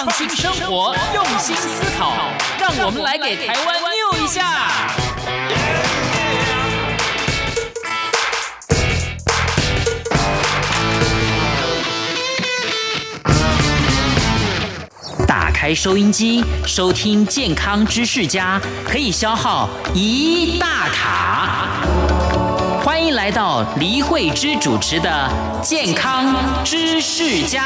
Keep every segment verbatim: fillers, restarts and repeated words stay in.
创新生活，用心思考，让我们来给台湾 new 一下。打开收音机，收听健康知识家，可以消耗一大卡。欢迎来到黎慧芝主持的健康知识家。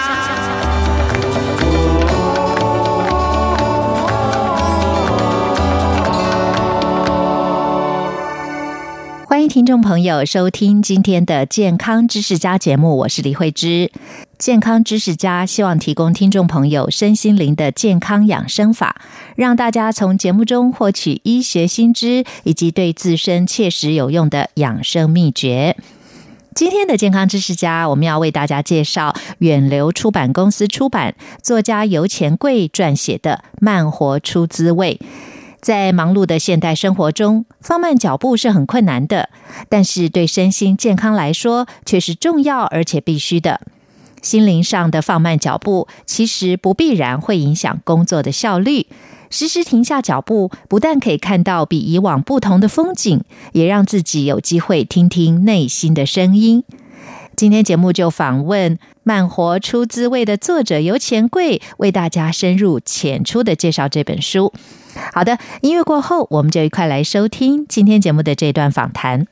欢迎听众朋友收听今天的健康知识家节目，我是黎慧芝。健康知识家希望提供听众朋友身心灵的健康养生法，让大家从节目中获取医学新知，以及对自身切实有用的养生秘诀。今天的健康知识家，我们要为大家介绍远流出版公司出版，作家游钱贵撰写的《慢活出滋味》。在忙碌的现代生活中，放慢脚步是很困难的，但是对身心健康来说却是重要而且必须的。心灵上的放慢脚步，其实不必然会影响工作的效率。时时停下脚步，不但可以看到比以往不同的风景，也让自己有机会听听内心的声音。今天节目就访问《慢活出滋味》的作者游钱贵，为大家深入浅出的介绍这本书。好的，音乐过后，我们就一块来收听今天节目的这段访谈。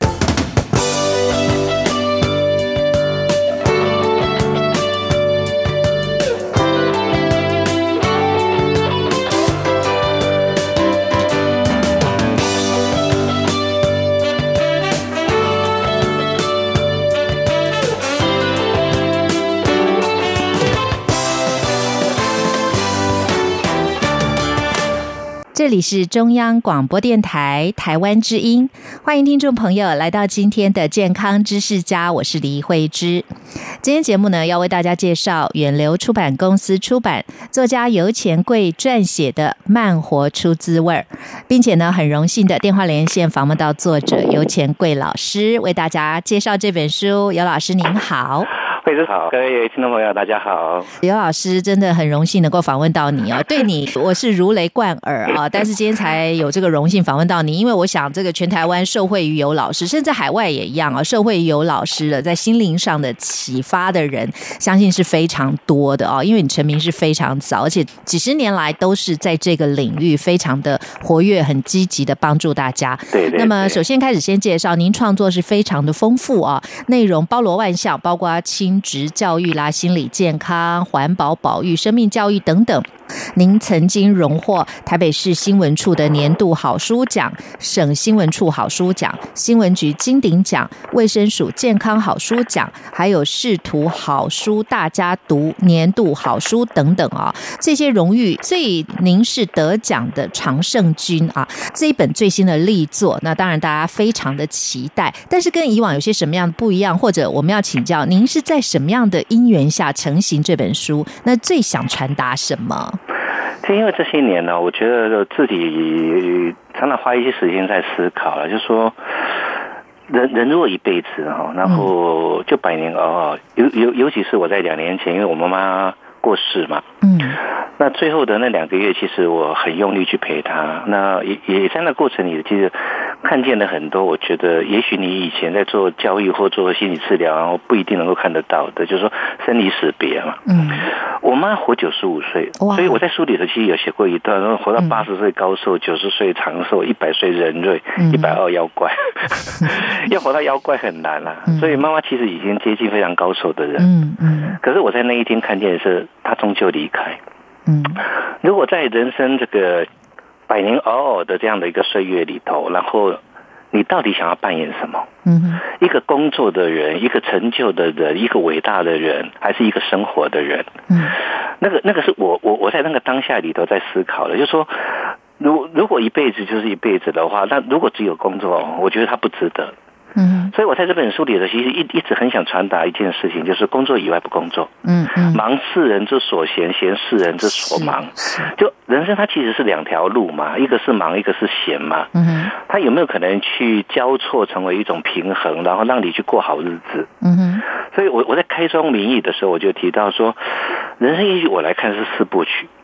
这里是中央广播电台台湾之音，欢迎听众朋友来到今天的健康知识家，我是黎慧芝。今天节目呢，要为大家介绍远流出版公司出版，作家游钱贵撰写的《慢活出滋味》，并且呢，很荣幸的电话连线访问到作者游钱贵老师，为大家介绍这本书。游老师您好。 慧芝好，各位听众朋友大家好。 游老师真的很荣幸能够访问到你哦，对你我是如雷贯耳啊，但是今天才有这个荣幸访问到你，因为我想这个全台湾受惠于游老师，甚至海外也一样啊，受惠于游老师的在心灵上的启发的人，相信是非常多的哦，因为你成名是非常早，而且几十年来都是在这个领域非常的活跃，很积极的帮助大家。 对 对, 对。 那么首先开始先介绍，您创作是非常的丰富啊，内容包罗万象，包括亲职教育啦、心理健康、环保保育、生命教育等等。您曾经荣获台北市新闻处的年度好书奖、省新闻处好书奖、新闻局金鼎奖、卫生署健康好书奖，还有视图好书大家读年度好书等等啊，这些荣誉，所以您是得奖的常胜军啊。这一本最新的力作，那当然大家非常的期待，但是跟以往有些什么样的不一样，或者我们要请教您是在什么样的因缘下成型这本书？那最想传达什么？ 因为这些年呢，我觉得自己常常花一些时间在思考了，就是说人人如果一辈子哈，然后就百年熬熬，尤尤尤其是我在两年前，因为我妈妈过世嘛，嗯，那最后的那两个月，其实我很用力去陪她，那也也在那过程里，其实看见了很多，我觉得也许你以前在做教育或做心理治疗，然后不一定能够看得到的，就是说生离死别嘛。嗯，我妈活九十五岁，所以我在书里头其实有写过一段，然后活到八十岁高寿，九十岁长寿，一百岁人瑞，一百二妖怪，要活到妖怪很难啦、啊。所以妈妈其实已经接近非常高寿的人。嗯嗯。可是我在那一天看见的是，她终究离开。嗯，如果在人生这个百年熬熬的这样的一个岁月里头，然后你到底想要扮演什么？嗯，一个工作的人，一个成就的人，一个伟大的人，还是一个生活的人？嗯，那个那个是我我我在那个当下里头在思考的，就是说，如如果一辈子就是一辈子的话，那如果只有工作，我觉得它不值得。嗯，所以我在这本书里头，其实一一直很想传达一件事情，就是工作以外不工作。嗯嗯，忙世人之所闲，闲世人之所忙。就人生它其实是两条路嘛，一个是忙，一个是闲嘛。嗯，它有没有可能去交错成为一种平衡，然后让你去过好日子？嗯哼，所以我我在开宗明义的时候，我就提到说，人生也许我来看是四部曲。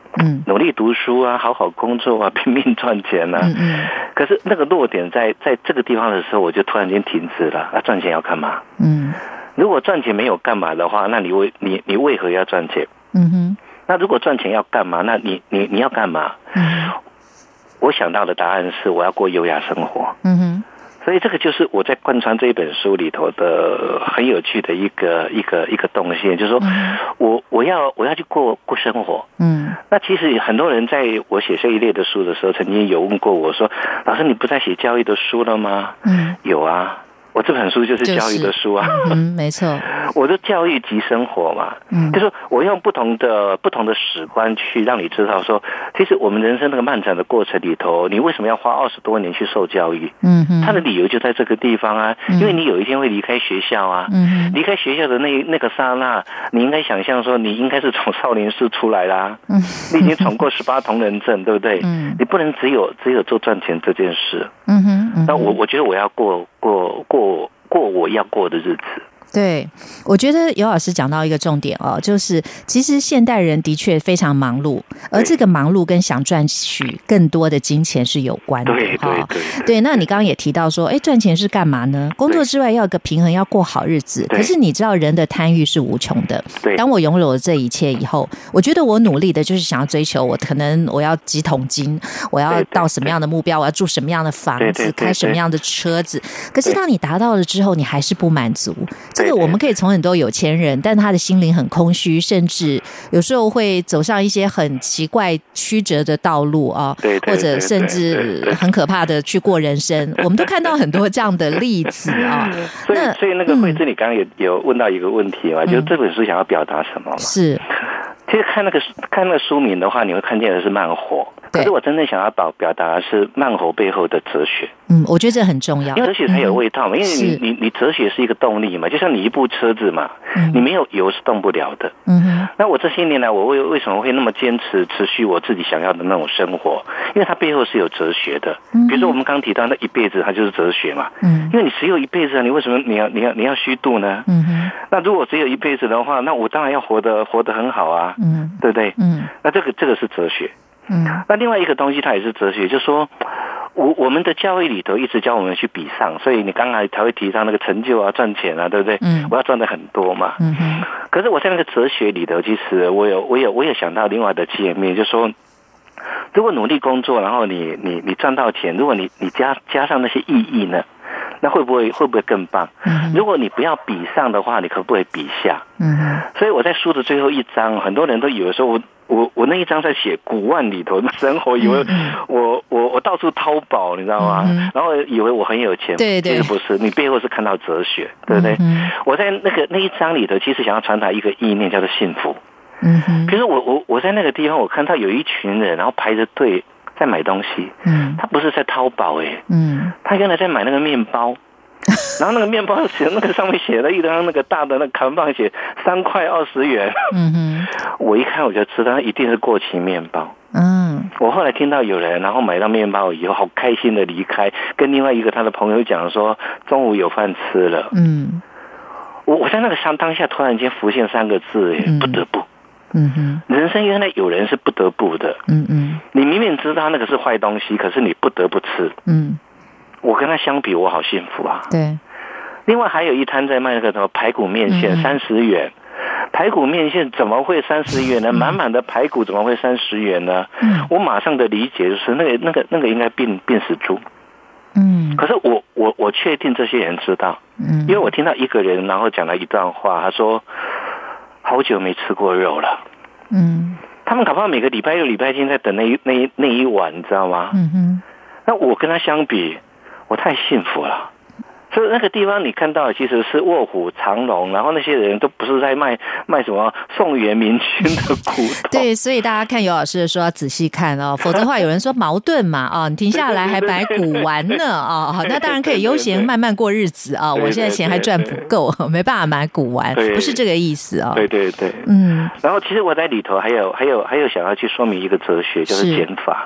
嗯， 努力读书啊，好好工作啊，拼命赚钱啊。 嗯嗯。 可是那个落点在在这个地方的时候，我就突然间停止了。啊，赚钱要干嘛？ 嗯， 如果赚钱没有干嘛的话，那你为你你为何要赚钱？ 嗯哼。 那如果赚钱要干嘛？那你你你要干嘛？ 嗯， 我想到的答案是我要过优雅生活。 嗯哼。 所以这个就是我在贯穿这一本书里头的很有趣的一个一个一个动线，就是说我我要我要去过过生活。 嗯， 那其实很多人在我写这一类的书的时候，曾经有问过我说：“老师，你不在写教育的书了吗？”嗯，有啊。我这本书就是教育的书啊， 就是、嗯，没错， 我的教育即生活嘛，嗯，就是我用不同的不同的史观去让你知道说，其实我们人生那个漫长的过程里头，你为什么要花二十多年去受教育？嗯哼，他的理由就在这个地方啊，因为你有一天会离开学校啊，嗯，离开学校的那那个刹那，你应该想象说，你应该是从少林寺出来啦，嗯，你已经闯过十八铜人阵，对不对？嗯，你不能只有只有做赚钱这件事，嗯哼，嗯，那我我觉得我要过过过。过过我要过的日子。 对，我觉得尤老师讲到一个重点哦，就是其实现代人的确非常忙碌，而这个忙碌跟想赚取更多的金钱是有关的。 对对对。 对，那你刚刚也提到说，哎，赚钱是干嘛呢？工作之外要有个平衡，要过好日子。可是你知道，人的贪欲是无穷的。 对。 当我拥有了这一切以后，我觉得我努力的就是想要追求，我可能我要几桶金，我要到什么样的目标，我要住什么样的房子，对对对对，开什么样的车子。可是当你达到了之后，你还是不满足。这个我们可以从很多有钱人，但他的心灵很空虚，甚至有时候会走上一些很奇怪曲折的道路啊，或者甚至很可怕的去过人生。我们都看到很多这样的例子啊。 所以，所以那个慧芝，你刚刚也有问到一个问题嘛，嗯、就是这本书想要表达什么嘛？ 是。 其实看那个看那个书名的话，你会看见的是慢活。可是我真正想要表表达的是慢活背后的哲学。 嗯，我觉得这很重要， 因为哲学才有味道嘛。嗯、因为你你你哲学是一个动力嘛，就像你一部车子嘛，嗯、你没有油是动不了的。嗯哼。那我这些年来，我为为什么会那么坚持持续我自己想要的那种生活？因为它背后是有哲学的。嗯。比如说我们刚提到那一辈子，它就是哲学嘛。嗯。因为你只有一辈子啊，你为什么你要你要你要虚度呢？嗯哼。那如果只有一辈子的话，那我当然要活得活得很好啊。嗯。对不对？嗯。那这个这个是哲学。嗯，那另外一个东西它也是哲学，就是说我我们的教育里头一直教我们去比上，所以你刚才才会提到那个成就啊、赚钱啊，对不对？嗯，我要赚的很多嘛。嗯哼。可是我在那个哲学里头，其实我有我有我有想到另外的界面，就是说，如果努力工作，然后你你你赚到钱，如果你你加加上那些意义呢？那会不会会不会更棒？嗯，如果你不要比上的话，你可不可以比下？嗯，所以我在书的最后一章，很多人都以为说我我我那一章在写古玩里头的生活，以为我我我到处淘宝，你知道吗？嗯、然后以为我很有钱， 对对， 其实不是，你背后是看到哲学，对不对？嗯、我在那个那一章里头，其实想要传达一个意念，叫做幸福。嗯哼，比如说我我我在那个地方，我看到有一群人，然后排着队。在买东西，嗯，他不是在淘宝哎、欸，嗯，他原来在买那个面包，然后那个面包写那个上面写了一张那个大的那个扛棒，写三块二十元，嗯哼，我一看我就知道他一定是过期面包，嗯，我后来听到有人然后买到面包以后好开心的离开，跟另外一个他的朋友讲说中午有饭吃了，嗯，我我在那个当下突然间浮现三个字哎、欸，不得不。嗯哼，人生原来有人是不得不的。嗯嗯，你明明知道那个是坏东西，可是你不得不吃。嗯，我跟他相比，我好幸福啊。 对。 另外还有一摊在卖那个什么排骨面线，三十元。排骨面线怎么会三十元呢？满满的排骨怎么会三十元呢？嗯，我马上的理解就是那个那个那个应该病病死猪。嗯，可是我我我确定这些人知道。嗯，因为我听到一个人然后讲了一段话，他说。好久没吃过肉了，嗯，他们搞不好每个礼拜六、礼拜天在等那一那一那一碗，你知道吗？嗯哼，那我跟他相比，我太幸福了。所以那个地方你看到其实是卧虎藏龙，然后那些人都不是在卖卖什么宋元明清的古董。 对，所以大家看尤老师的说要仔细看哦，否则的话有人说矛盾嘛啊、哦，你停下来还买古玩呢啊、哦，那当然可以悠闲慢慢过日子啊、哦。我现在钱还赚不够，没办法买古玩，不是这个意思啊、哦。 对对对，嗯。然后其实我在里头还有还有还有想要去说明一个哲学，就是减法。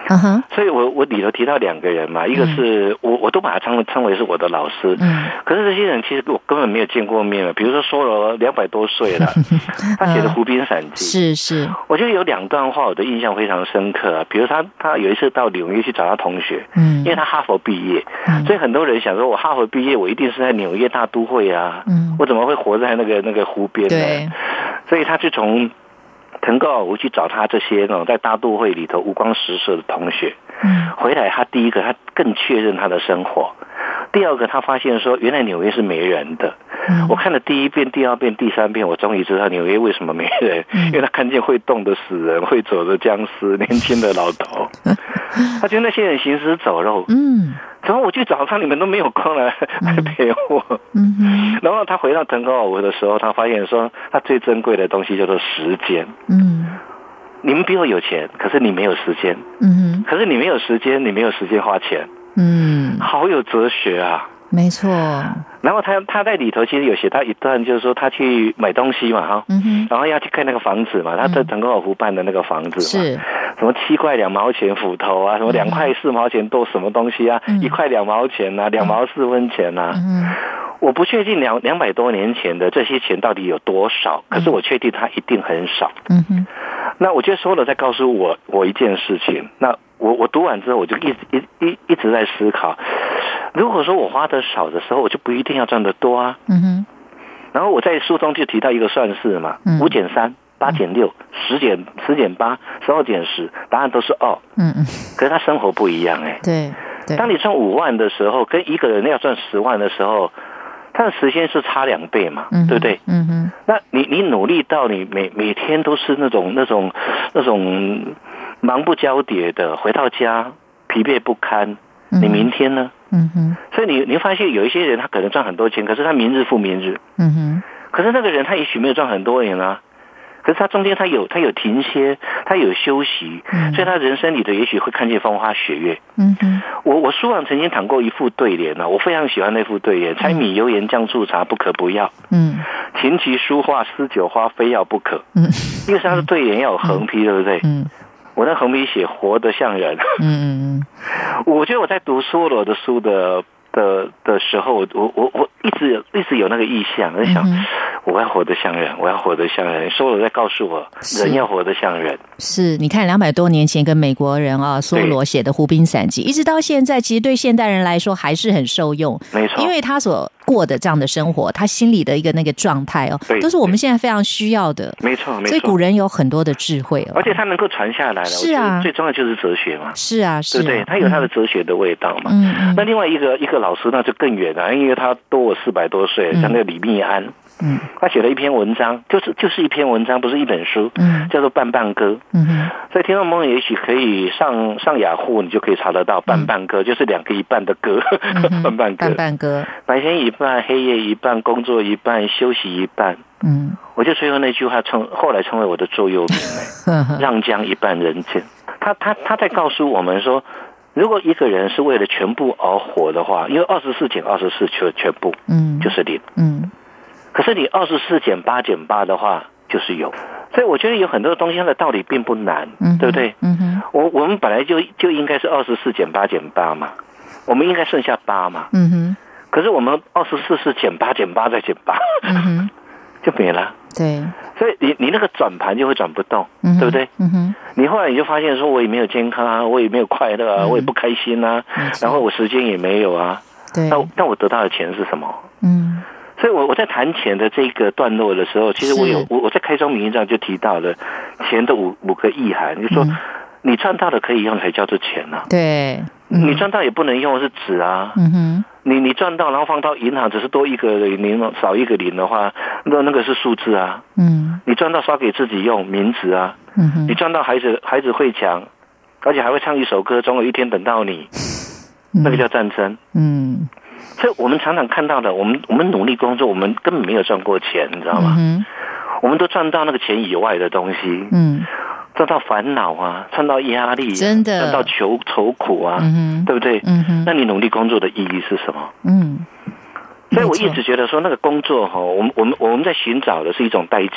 嗯哼， 所以我我里头提到两个人嘛，一个是、嗯、我我都把他称称为是我的老师，嗯，可是这些人其实我根本没有见过面了。比如说梭罗两百多岁了，他写的《湖滨散记》 是是， 我觉得有两段话我的印象非常深刻、啊。比如他他有一次到纽约去找他同学，嗯，因为他哈佛毕业，嗯，所以很多人想说我哈佛毕业，我一定是在纽约大都会啊，嗯，我怎么会活在那个那个湖边呢？ 对， 所以他就从腾格尔湖去找他这些那种在大都会里头五光十色的同学，嗯，回来他第一个他更确认他的生活，第二个他发现说原来纽约是没人的。嗯、我看了第一遍、第二遍、第三遍，我终于知道纽约为什么没人，嗯、因为他看见会动的死人、会走的僵尸、年轻的老头，他觉得那些人行尸走肉。嗯，然后我去找他，你们都没有空来来陪我。嗯，然后他回到腾格尔湖的时候，他发现说他最珍贵的东西叫做时间。嗯，你们比我有钱，可是你没有时间。嗯，可是你没有时间，你没有时间花钱。嗯，好有哲学啊。 没错， 然后他他在里头其实有写到一段，就是说他去买东西嘛哈，嗯、然后要去看那个房子嘛，他在腾格尔湖办的那个房子嘛，是什么七块两毛钱斧头啊，什么两块四毛钱都什么东西啊，嗯、一块两毛钱啊，两毛四分钱啊，嗯、我不确定两两百多年前的这些钱到底有多少，可是我确定它一定很少。嗯哼，那我觉得说了在告诉我我一件事情，那我我读完之后我就一直一一一直在思考。如果说我花的少的时候，我就不一定要赚得多啊。嗯哼。然后我在书中就提到一个算式嘛，五减三，八减六，十减十减八，十二减十，答案都是二。嗯嗯。可是他生活不一样哎、欸。 对对。 当你赚五万的时候，跟一个人要赚十万的时候，他的时间是差两倍嘛，嗯、对不对？嗯哼。那你你努力到你每每天都是那种那种那种忙不交叠的，回到家疲惫不堪，你明天呢？嗯哼，所以你你会发现有一些人他可能赚很多钱，可是他明日复明日。嗯哼，可是那个人他也许没有赚很多钱啊，可是他中间他有他有停歇，他有休息，嗯、所以他人生里头也许会看见风花雪月。嗯哼，我我书上曾经谈过一副对联啊，我非常喜欢那副对联：柴米油盐酱醋茶不可不要。嗯，琴棋书画诗酒花非要不可。嗯，因为他的对联要有横批，对不对？嗯。我那横批写活得像人。嗯嗯嗯，我觉得我在读梭罗的书的的的时候，我我我一直一直有那个意向，我在想，嗯、我要活得像人，我要活得像人。梭罗在告诉我，人要活得像人。 是，你看两百多年前跟美国人啊，梭罗写的《湖滨散记》，一直到现在，其实对现代人来说还是很受用。 没错， 因为他所过的这样的生活，他心里的一个那个状态哦，都是我们现在非常需要的。 没错，没错。 所以古人有很多的智慧哦， 而且他能够传下来了。 是啊， 最重要就是哲学嘛。 是啊，是啊， 对不对？他有他的哲学的味道嘛。嗯嗯。那另外一个一个老师那就更远了，因为他多我四百多岁，像那个李密安。嗯，他写了一篇文章，就是就是一篇文章，不是一本书，嗯，叫做《半半歌》。嗯，所以听众朋友也许可以上上雅虎，你就可以查得到《半半歌》，就是两个一半的歌，嗯、半半歌， 半半歌， 白天一半，黑夜一半，工作一半，休息一半。嗯，我就最后那句话称后来成为我的座右铭了，让将一半人间。他他他在告诉我们说，如果一个人是为了全部而活的话，因为二十四减二十四就全部，嗯，就是零，嗯。可是你二十四减八减八的话，就是有。所以我觉得有很多东西它的道理并不难，嗯、对不对？嗯哼。我我们本来就就应该是二十四减八减八嘛，我们应该剩下八嘛。嗯哼。可是我们二十四是减八减八再减八，嗯哼，就没了。 对。 所以你你那个转盘就会转不动，嗯、对不对？嗯哼。你后来你就发现说，我也没有健康啊，我也没有快乐啊，嗯、我也不开心啊，然后我时间也没有啊。 对。 那那我得到的钱是什么？嗯。所以我我在谈钱的这个段落的时候，其实我有我我在开宗明义上就提到了钱的五五个意涵，就是说、嗯、你赚到的可以用才叫做钱啊。 对， 嗯、你赚到也不能用是纸啊。嗯哼，你你赚到然后放到银行只是多一个零少一个零的话，那那个是数字啊。嗯，你赚到刷给自己用名字啊。嗯哼，你赚到孩子孩子会讲，而且还会唱一首歌，总有一天等到你，嗯、那个叫战争。嗯。所以我们常常看到的，我们我们努力工作，我们根本没有赚过钱，你知道吗？嗯、我们都赚到那个钱以外的东西，嗯，赚到烦恼啊，赚到压力、啊， 真的赚到愁愁苦啊，嗯、对不对？嗯哼，那你努力工作的意义是什么？嗯，所以我一直觉得说，那个工作哈，我们我们我们在寻找的是一种代价，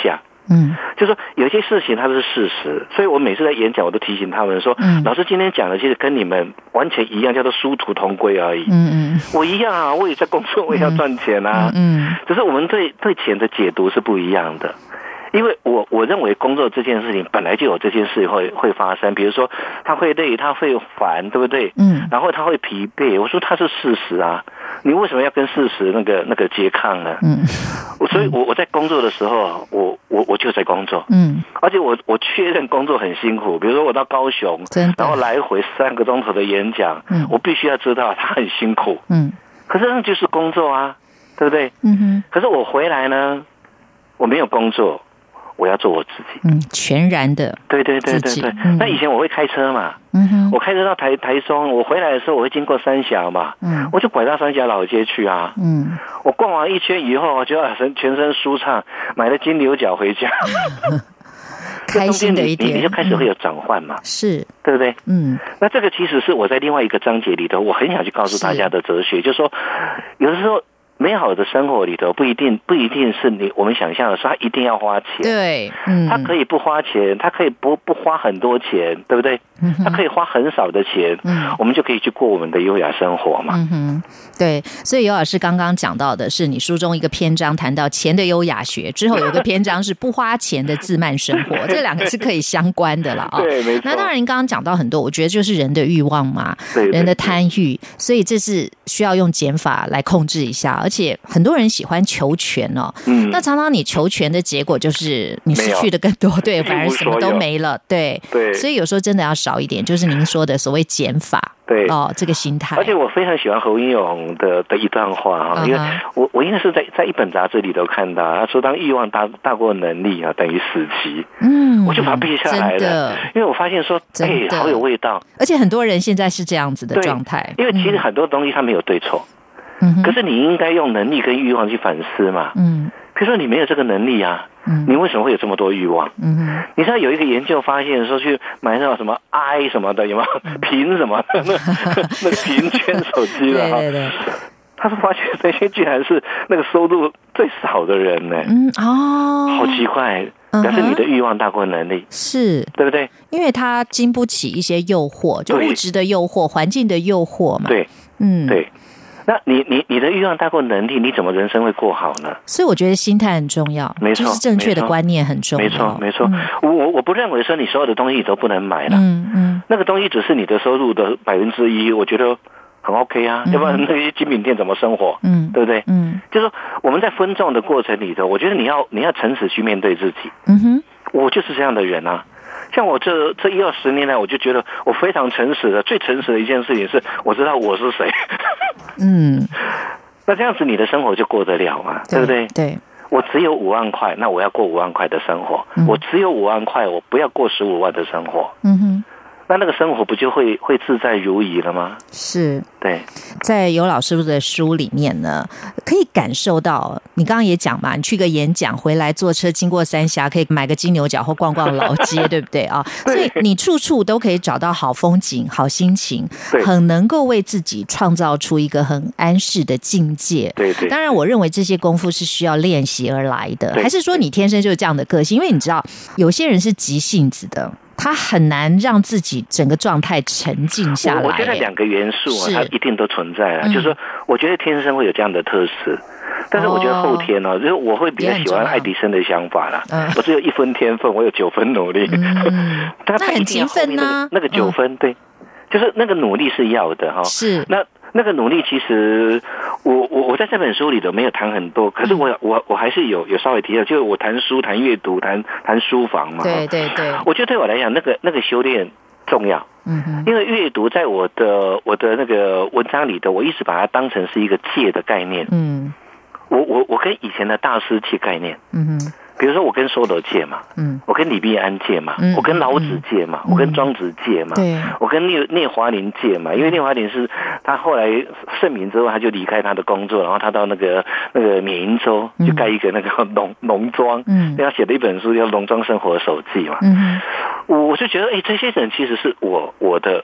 嗯，就说有些事情它是事实，所以我每次在演讲我都提醒他们说，嗯，老师今天讲的其实跟你们完全一样，叫做殊途同归而已。嗯嗯，我一样啊，我也在工作，我也要赚钱啊。嗯，嗯只是我们对对钱的解读是不一样的。因为我我认为工作这件事情本来就有这件事会会发生，比如说他会累，他会烦，对不对？嗯，然后他会疲惫。我说他是事实啊，你为什么要跟事实那个那个拮抗呢？嗯，所以我我在工作的时候，我我我就在工作。嗯，而且我我确认工作很辛苦，比如说我到高雄，然后来回三个钟头的演讲，嗯，我必须要知道他很辛苦。嗯，可是那就是工作啊，对不对？嗯哼。可是我回来呢，我没有工作。我要做我自己， 嗯，全然的， 对对对对对。嗯、那以前我会开车嘛，嗯哼，我开车到台台中，我回来的时候我会经过三峡嘛，嗯，我就拐到三峡老街去啊，嗯，我逛完一圈以后，我就全身舒畅，买了金牛角回家， 开心的一点， 你你就开始会有转换嘛， 嗯、是， 对不对？嗯，那这个其实是我在另外一个章节里头，我很想去告诉大家的哲学，就是说，有的时候。美好的生活里头不一定不一定是你我们想象的说他一定要花钱， 对，嗯， 他可以不花钱，他可以不不花很多钱，对不对？嗯，他可以花很少的钱，嗯，我们就可以去过我们的优雅生活嘛。 嗯哼，对，所以尤老师刚刚讲到的是你书中一个篇章谈到钱的优雅学，之后有个篇章是不花钱的自慢生活，这两个是可以相关的了啊、哦。 对，没错。 那当然，您刚刚讲到很多，我觉得就是人的欲望嘛， 对对对， 人的贪欲，所以这是需要用减法来控制一下，而且很多人喜欢求全哦，嗯，那常常你求全的结果就是你失去的更多，对，反而什么都没了，对对， 所以有时候真的要少一点，就是您说的所谓减法， 对哦，这个心态。 而且我非常喜欢侯英勇的的一段话哈，因为我我应该是在在一本杂志里头看到，他说当欲望大大过能力啊，等于死期，嗯，我就把它背下来了，因为我发现说，哎，好有味道， 而且很多人现在是这样子的状态， 因为其实很多东西它没有对错。嗯，可是你应该用能力跟欲望去反思嘛。嗯，比如说你没有这个能力啊，嗯，你为什么会有这么多欲望？嗯，你知道有一个研究发现说去买那种什么 i 什么的，有没有屏什么的那那个屏圈手机的哈？对对对。他说发现那些居然是那个收入最少的人呢。嗯哦，好奇怪，表示你的欲望大过能力， 是对不对？ 因为他经不起一些诱惑，就物质的诱惑、环境的诱惑嘛。 对，嗯，对。那你你你的欲望大过能力，你怎么人生会过好呢？ 所以我觉得心态很重要， 没错， 就是正确的观念很重要， 没错没错。嗯、我我我不认为说你所有的东西都不能买了，嗯嗯，那个东西只是你的收入的百分之一，我觉得很 OK 啊，嗯、要不然那些精品店怎么生活？嗯，对不对？嗯，就是说我们在分众的过程里头，我觉得你要你要诚实去面对自己。嗯哼，我就是这样的人啊。像我这这一二十年来，我就觉得我非常诚实的，最诚实的一件事情是，我知道我是谁。嗯，那这样子你的生活就过得了嘛， 对, 对不对？ 对， 我只有五万块，那我要过五万块的生活；嗯、我只有五万块，我不要过十五万的生活。嗯哼。那那个生活不就会会自在如意了吗？ 是， 对， 在尤老师的书里面呢，可以感受到，你刚刚也讲嘛，你去个演讲回来坐车经过三峡，可以买个金牛角或逛逛老街，对不对啊？所以你处处都可以找到好风景、好心情，很能够为自己创造出一个很安适的境界。 对对， 当然，我认为这些功夫是需要练习而来的，还是说你天生就是这样的个性？因为你知道，有些人是急性子的。他很难让自己整个状态沉静下来。 我觉得两个元素啊，它一定都存在了。嗯、就是说，我觉得天生会有这样的特质，但是我觉得后天呢、哦，就是我会比较喜欢爱迪生的想法啦。嗯、我只有一分天分，我有九分努力。嗯、但他很勤奋呢。 那个九分，嗯、对，就是那个努力是要的哈。 是那。那个努力其实我我我在这本书里头没有谈很多，可是我我我还是有有稍微提到，就是我谈书、谈阅读、谈谈书房嘛。 对对对， 我觉得对我来讲，那个那个修炼重要。嗯哼，因为阅读在我的我的那个文章里头，我一直把它当成是一个戒的概念。嗯，我我我跟以前的大师戒概念。嗯哼。比如说我跟梭罗戒嘛，嗯，我跟李必安戒嘛，嗯、我跟老子戒嘛，嗯、我跟庄子戒嘛，对，我跟聂聂华苓戒嘛，因为聂华苓是他后来盛名之后，他就离开他的工作，然后他到那个那个缅因州就盖一个那个农农庄，嗯，他写了一本书叫《农庄生活手记》嘛，嗯，我就觉得哎，这些人其实是我我的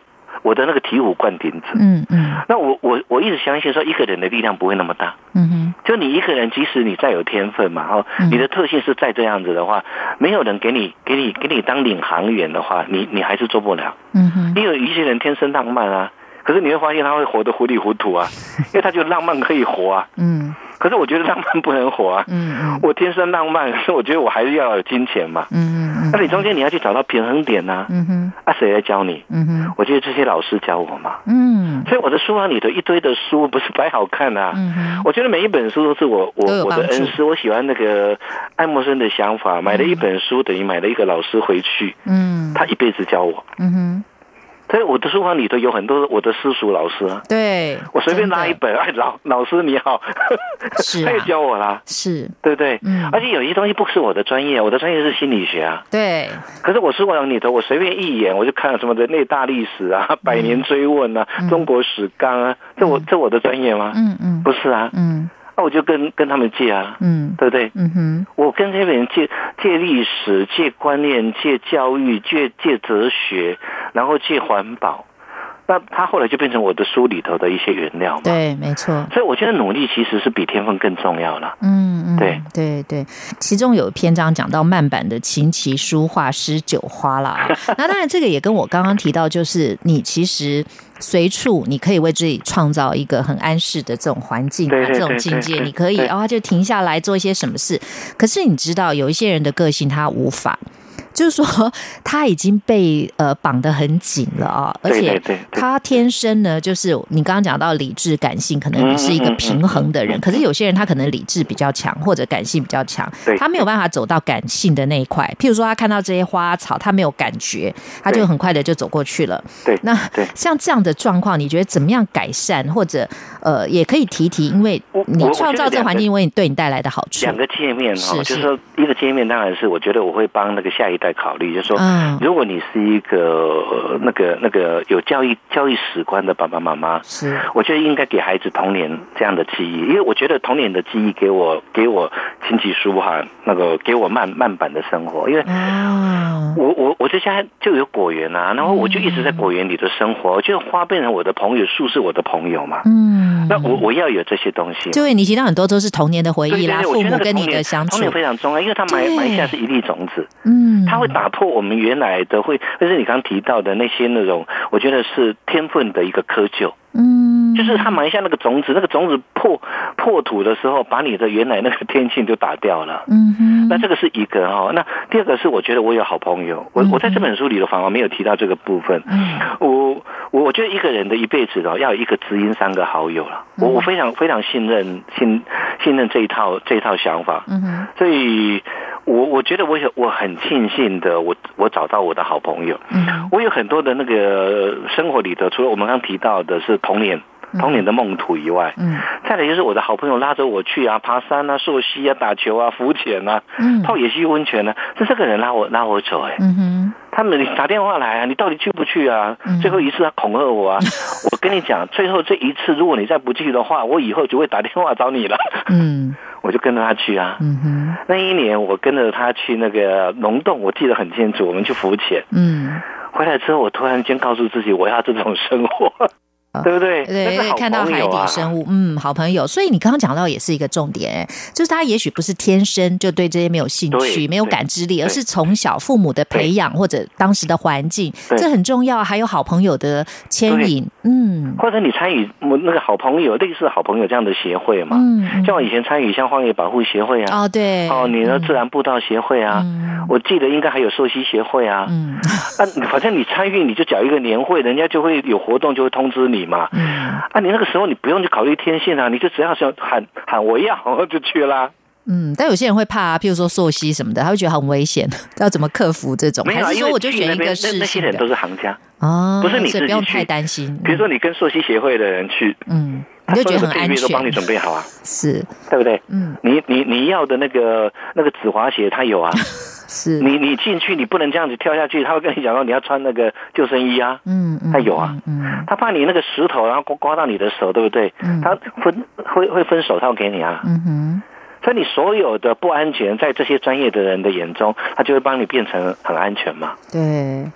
我的那个醍醐灌顶者。 嗯嗯。 那我我我一直相信说，一个人的力量不会那么大。 嗯哼。就你一个人，即使你再有天分嘛，哈、嗯，你的特性是再这样子的话，没有人给你给你给你当领航员的话，你你还是做不了。嗯哼。因为有一些人天生浪漫啊，可是你会发现他会活得糊里糊涂啊，因为他就浪漫可以活啊。嗯。可是我觉得浪漫不能活啊。嗯嗯。我天生浪漫，可是我觉得我还是要有金钱嘛。嗯嗯。那你中间你要去找到平衡点啊。嗯哼。啊，谁来教你？嗯哼。我觉得这些老师教我嘛。嗯。所以我的书房里头一堆的书不是摆好看啊。嗯哼。我觉得每一本书都是我我我的恩师，我喜欢那个爱默生的想法，买了一本书等于买了一个老师回去。嗯。他一辈子教我。嗯哼。所以我的书房里头有很多我的私塾老师啊， 对， 我随便拿一本，哎，老老师你好，是、啊，他也教我啦， 是， 对不对？嗯，而且有些东西不是我的专业，我的专业是心理学啊， 对。 可是我书房里头，我随便一眼我就看了什么人类大历史啊、百年追问啊、嗯、中国史纲啊，这我这我的专业吗？嗯嗯，不是啊，嗯。那、啊、我就跟跟他们借啊，嗯，对不对？嗯哼，我跟这些人借借历史、借观念、借教育、借借哲学，然后借环保。那他后来就变成我的书里头的一些原料嘛。 对，没错。 所以我觉得努力其实是比天分更重要了。嗯嗯， 对对对。其中有篇章讲到慢版的琴棋书画诗酒花啦。那当然，这个也跟我刚刚提到，就是你其实随处你可以为自己创造一个很安适的这种环境啊，这种境界，你可以然后就停下来做一些什么事。可是你知道，有一些人的个性他无法。就是说他已经被呃绑得很紧了啊，而且他天生呢，就是你刚刚讲到理智感性，可能你是一个平衡的人，可是有些人他可能理智比较强或者感性比较强，他没有办法走到感性的那一块。譬如说他看到这些花草，他没有感觉，他就很快的就走过去了。对，那像这样的状况，你觉得怎么样改善，或者呃也可以提提，因为你创造这个环境为你对你带来的好处。 两个界面哦，就是说一个界面当然是我觉得我会帮那个下一代。在考虑，就是说，如果你是一个、呃、那个那个有教育教育史观的爸爸妈妈，是，我觉得应该给孩子童年这样的记忆，因为我觉得童年的记忆给我给我琴棋书画那个给我慢慢版的生活，因为我我我这家就有果园啊，然后我就一直在果园里的生活，我觉得花变成我的朋友，树是我的朋友嘛，嗯，那我我要有这些东西。 对，你提到很多都是童年的回忆啦，父母跟你的相处， 童年非常重要，因为他埋埋下是一粒种子，嗯。它会打破我们原来的会，就是你刚刚提到的那些那种，我觉得是天分的一个窠臼。嗯，就是他埋下那个种子，那个种子破破土的时候，把你的原来那个天性就打掉了。嗯哼，那这个是一个哈。那第二个是，我觉得我有好朋友，我我在这本书里的反而没有提到这个部分。嗯，我我我觉得一个人的一辈子哦，要有一个知音三个好友了。我我非常非常信任信信任这一套这一套想法。嗯哼，所以。我我觉得我有我很庆幸的，我我找到我的好朋友。嗯，我有很多的那个生活里头，除了我们刚提到的是童年童年的梦土以外，嗯，再来就是我的好朋友拉着我去啊，爬山啊，溯溪啊，打球啊，浮潜啊，嗯，泡野溪温泉啊，是这个人拉我拉我走哎、欸。嗯哼。他们打电话来啊，你到底去不去啊？嗯、最后一次他恐吓我啊！我跟你讲，最后这一次，如果你再不去的话，我以后就会打电话找你了。嗯，我就跟着他去啊。嗯哼，那一年我跟着他去那个龙洞，我记得很清楚，我们去浮潜。嗯，回来之后，我突然间告诉自己，我要这种生活。对不对？ 对，啊、看到海底生物，嗯，好朋友。所以你刚刚讲到也是一个重点，就是他也许不是天生就对这些没有兴趣、没有感知力，而是从小父母的培养或者当时的环境，这很重要。还有好朋友的牵引，嗯， 或者你参与那个好朋友类似好朋友这样的协会嘛，嗯，像我以前参与像荒野保护协会啊， 哦对， 哦你的自然步道协会啊，嗯、我记得应该还有溯溪协会啊，嗯，啊，反正你参与你就缴一个年会，人家就会有活动就会通知你。嘛，嗯，啊，你那个时候你不用去考虑天性啊，你就只要想喊喊我要就去啦。 嗯，但有些人会怕、啊，譬如说溯溪什么的，他会觉得很危险，要怎么克服这种？ 没有、啊， 还是说我就选一个适性的？ 那些人都是行家哦， 不是你自己去， 不用太担心。 比如说你跟溯溪协会的人去，嗯， 你就觉得很安全， 都帮你准备好啊， 是， 对不对？嗯，你你你要的那个那个止滑鞋，他有啊。是你你进去你不能这样子跳下去，他会跟你讲说你要穿那个救生衣啊，嗯，他有啊，嗯，他怕你那个石头然后刮刮到你的手，对不对？嗯，他分会会分手套给你啊，嗯哼，所以你所有的不安全，在这些专业的人的眼中，他就会帮你变成很安全嘛。 对。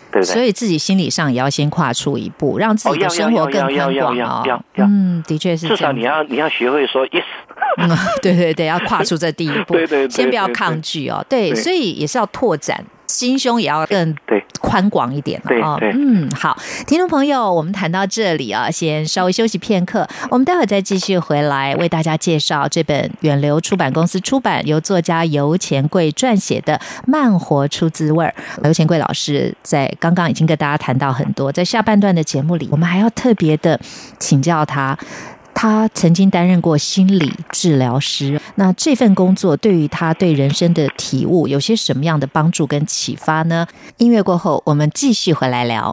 对不对？ 所以自己心理上也要先跨出一步，让自己的生活更宽广哦。嗯，的确是这样。 至少你要你要学会说 yes。 嗯，对对对，要跨出这第一步， 对对对， 先不要抗拒哦。对，所以也是要拓展。心胸也要更宽广一点了啊、哦！ 嗯，好，听众朋友，我们谈到这里啊，先稍微休息片刻，我们待会儿再继续回来为大家介绍这本远流出版公司出版，由作家游钱柜撰写的《慢活出滋味》。游钱柜老师在刚刚已经跟大家谈到很多，在下半段的节目里，我们还要特别的请教他。他曾经担任过心理治疗师，那这份工作对于他对人生的体悟有些什么样的帮助跟启发呢？音乐过后，我们继续回来聊。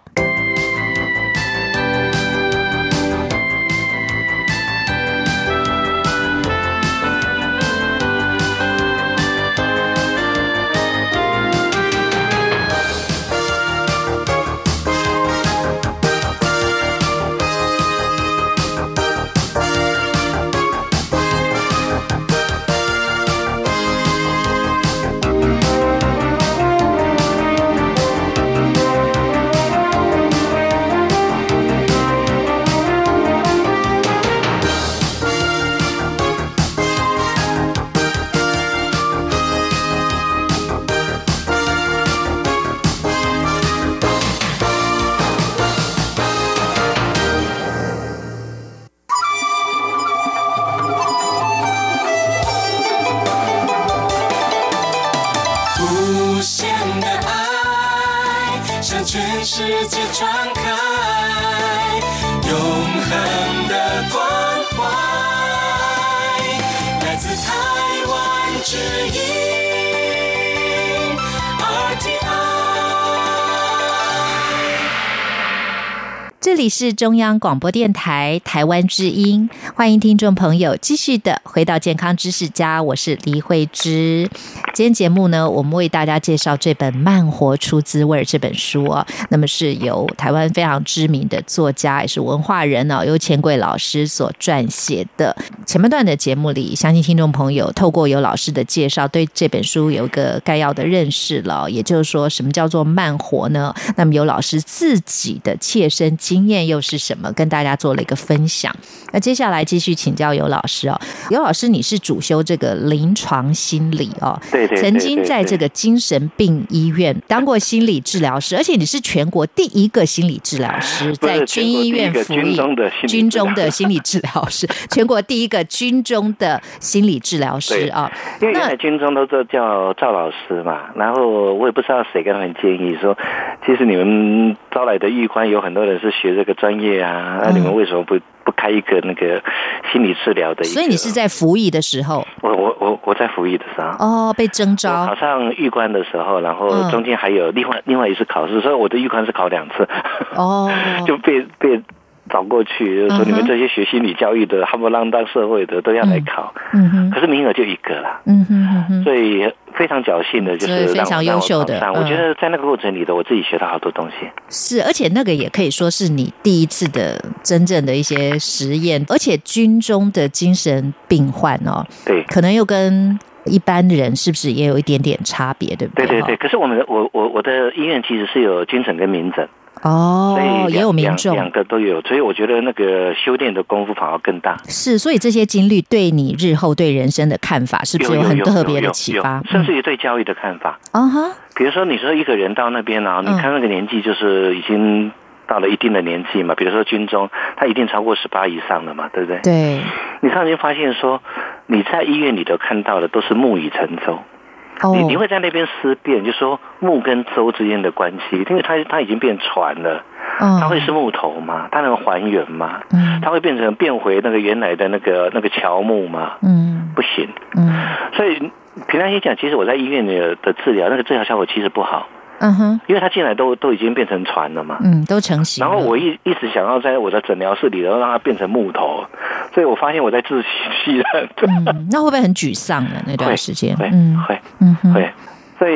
这里是中央广播电台台湾之音，欢迎听众朋友继续的回到健康知识家，我是黎慧芝。今天节目呢，我们为大家介绍这本《慢活出滋味》这本书啊，那么是由台湾非常知名的作家也是文化人哦，游钱柜老师所撰写的。前半段的节目里，相信听众朋友透过游老师的介绍，对这本书有一个概要的认识了。也就是说，什么叫做慢活呢？那么游老师自己的切身经验又是什么？跟大家做了一个分享。那接下来继续请教游老师哦，游老师你是主修这个临床心理哦， 对对对对对， 曾经在这个精神病医院当过心理治疗师，而且你是全国第一个心理治疗师，在军医院服役，军中的心理治疗师，全国第一个军中的心理治疗师啊。 因为原来军中都叫赵老师嘛，然后我也不知道谁跟他们建议说，其实你们招来的狱官有很多人是学这个专业啊，那、嗯、你们为什么不不开一个那个心理治疗的一个？ 所以你是在服役的时候？ 我我我我在服役的时候哦，被征召， 我考上狱官的时候，然后中间还有另外、嗯、另外一次考试，所以我的狱官是考两次哦， 就被被找过去，就是说你们这些学心理教育的、夯不啷当社会的都要来考， 嗯哼， 可是名额就一个啦， 嗯哼嗯哼， 所以非常侥幸的，就是非常优秀的。 我觉得在那个过程里的，我自己学到好多东西。 是，而且那个也可以说是你第一次的真正的一些实验，而且军中的精神病患哦， 对， 可能又跟一般人是不是也有一点点差别，对不对？ 对对对。可是我们我我我的医院其实是有精神跟民诊。 哦， 所以也有民众， 两个都有，所以我觉得那个修炼的功夫反而更大。 是，所以这些经历对你日后对人生的看法，是不是有很特别的启发？ 甚至于对教育的看法。 啊哈、嗯， 比如说你说一个人到那边啊，你看那个年纪就是已经到了一定的年纪嘛，比如说军中，他一定超过十八以上了嘛，对不对？ 对。 你突然间发现说，你在医院里头看到的都是木已成舟。你你会在那边思辨，就说木跟舟之间的关系，因为它它已经变船了，它会是木头吗？它能还原吗？嗯，它会变成变回那个原来的那个那个乔木吗？嗯，不行。嗯，所以平常心讲，其实我在医院里的治疗，那个治疗效果其实不好。 嗯哼， 因为他进来都都已经变成船了嘛， 嗯，都成型了。 然后我一一直想要在我的诊疗室里，然后让它变成木头，所以我发现我在自欺欺人。 嗯，那会不会很沮丧呢？那段时间， 会， 嗯， 会，嗯，会。所以我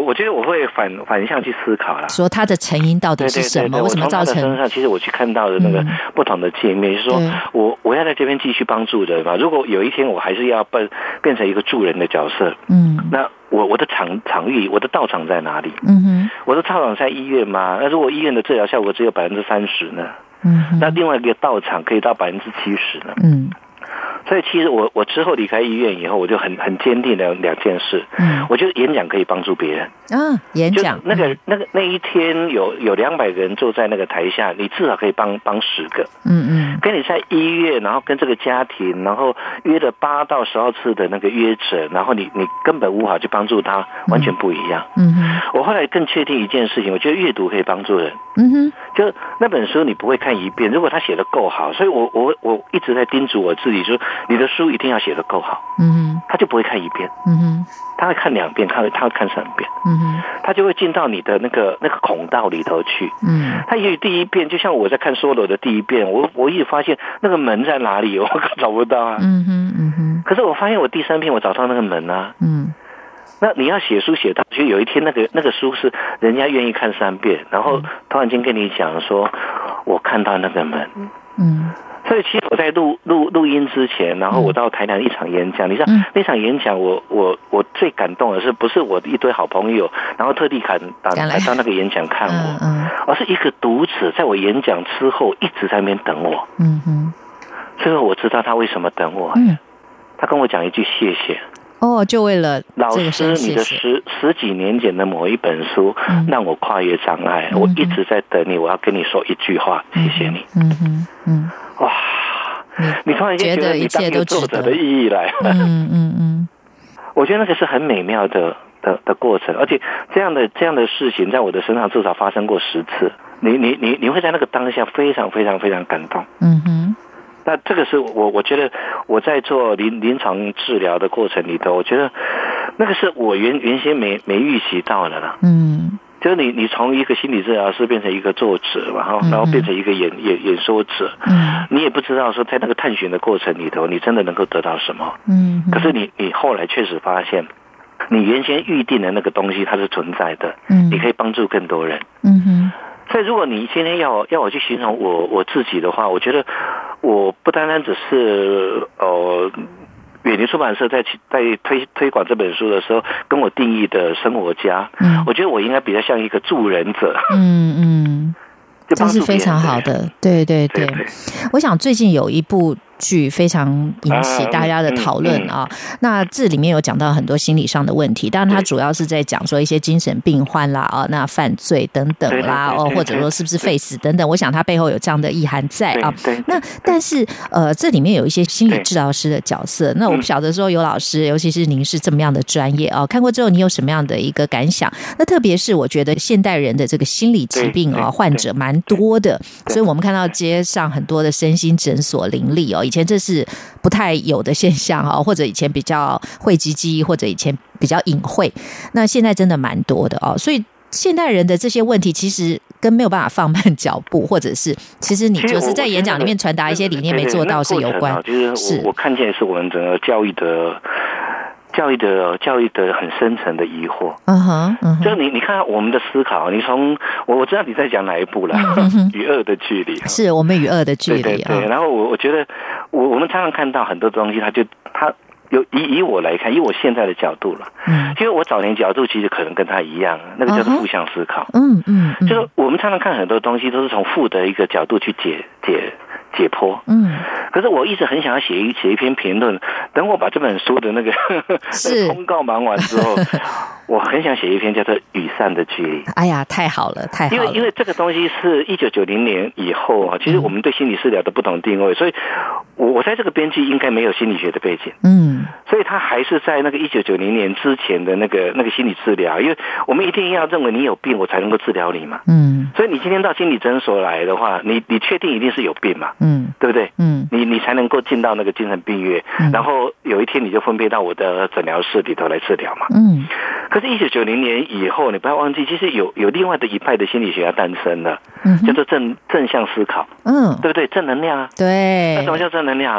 我觉得我会反反向去思考啦， 说它的成因到底是什么？ 对对对对， 为什么造成？ 我从他的身上，其实我去看到的那个不同的界面，嗯、就是说我我要在这边继续帮助人嘛。如果有一天我还是要变变成一个助人的角色，嗯，那我我的场场域，我的道场在哪里？嗯哼，我的道场在医院吗？那如果医院的治疗效果只有百分之三十呢？嗯，那另外一个道场可以到百分之七十呢？嗯。所以其实我我之后离开医院以后，我就很很坚定的两件事，嗯，我觉得演讲可以帮助别人啊，演讲那个那个那一天有有两百个人坐在那个台下，你至少可以帮帮十个，嗯嗯，跟你在医院，然后跟这个家庭，然后约了八到十二次的那个约诊，然后你你根本无法去帮助他，完全不一样，嗯哼。我后来更确定一件事情，我觉得阅读可以帮助人，嗯哼，就那本书你不会看一遍，如果他写得够好，所以我我我一直在叮嘱我自己说。你的书一定要写得够好，嗯哼，他就不会看一遍，嗯哼，他会看两遍，他会他会看三遍，嗯哼，他就会进到你的那个那个孔道里头去，嗯，他也许第一遍就像我在看梭罗的第一遍，我我一直发现那个门在哪里，我找不到啊，嗯哼嗯哼，可是我发现我第三遍我找到那个门啊，嗯，那你要写书写到，就有一天那个那个书是人家愿意看三遍，然后突然间跟你讲说，我看到那个门，嗯。所以其实我在录录录音之前，然后我到台南一场演讲，你知道、嗯、那场演讲我我我最感动的是不是我一堆好朋友，然后特地赶来到那个演讲看我，嗯嗯、而是一个读者在我演讲之后一直在那边等我，嗯哼，最后我知道他为什么等我，嗯，他跟我讲一句谢谢。 哦，就为了老师，你的十十几年前的某一本书、嗯、让我跨越障碍、嗯，我一直在等你，我要跟你说一句话，嗯、谢谢你。嗯嗯嗯，哇，你突然间觉得你当一个作者的意义来了。嗯嗯嗯，我觉得那个是很美妙的的的过程，而且这样的这样的事情在我的身上至少发生过十次。你你你你会在那个当下非常非常非常感动。嗯哼。那这个是我我觉得我在做临临床治疗的过程里头，我觉得那个是我原原先没没预习到的啦。嗯，就是你你从一个心理治疗师变成一个作者，然后然后变成一个演演演说者，嗯，你也不知道说在那个探寻的过程里头，你真的能够得到什么。嗯，可是你你后来确实发现，你原先预定的那个东西它是存在的，嗯，你可以帮助更多人。嗯哼。所以，如果你今天要要我去形容我我自己的话，我觉得我不单单只是呃，远流出版社在在推推广这本书的时候，跟我定义的生活家，嗯，我觉得我应该比较像一个助人者，嗯嗯， 这是非常好的，对对 对, 对, 对。我想最近有一部剧非常引起大家的讨论啊，那这里面有讲到很多心理上的问题，当然它主要是在讲说一些精神病患啦啊，那犯罪等等啦哦，或者说是不是废死等等，我想它背后有这样的意涵在啊。那但是呃，这里面有一些心理治疗师的角色，那我不晓得说尤老师，尤其是您是这么样的专业啊，看过之后你有什么样的一个感想？那特别是我觉得现代人的这个心理疾病啊，患者蛮多的，所以我们看到街上很多的身心诊所林立哦。以前这是不太有的现象哦，或者以前比较讳疾忌医，或者以前比较隐晦，那现在真的蛮多的哦。所以现代人的这些问题，其实跟没有办法放慢脚步，或者是其实你就是在演讲里面传达一些理念没做到是有关。 就是我看见是我们整个教育的。教育的教育的很深层的疑惑，嗯哼，就是你你看我们的思考，你从我我知道你在讲哪一部了，与恶的距离， 是我们与恶的距离， 对对对。然后我我觉得我我们常常看到很多东西，它就它有以以我来看，以我现在的角度了，嗯，因为我早年角度其实可能跟他一样，那个叫做负向思考，嗯嗯，就是我们常常看很多东西都是从负的一个角度去解解。解剖，嗯，可是我一直很想要写一写一篇评论。等我把这本书的那个那个通告忙完之后，我很想写一篇叫做《与善的距离》。 哎呀，太好了，太好了！ 因为因为这个东西是一九九零年以后啊，其实我们对心理治疗的不同定位，所以我我在这个编辑应该没有心理学的背景，嗯，所以他还是在那个一九九零年之前的那个那个心理治疗，因为我们一定要认为你有病，我才能够治疗你嘛，嗯，所以你今天到心理诊所来的话，你你确定一定是有病嘛？嗯，对不对？嗯，你你才能够进到那个精神病院，嗯，然后有一天你就分配到我的诊疗室里头来治疗嘛。嗯，可是，一九九零年以后，你不要忘记，其实有有另外的一派的心理学要诞生了，嗯，叫做正正向思考，嗯，对不对？正能量啊， 对。 那什么叫正能量啊？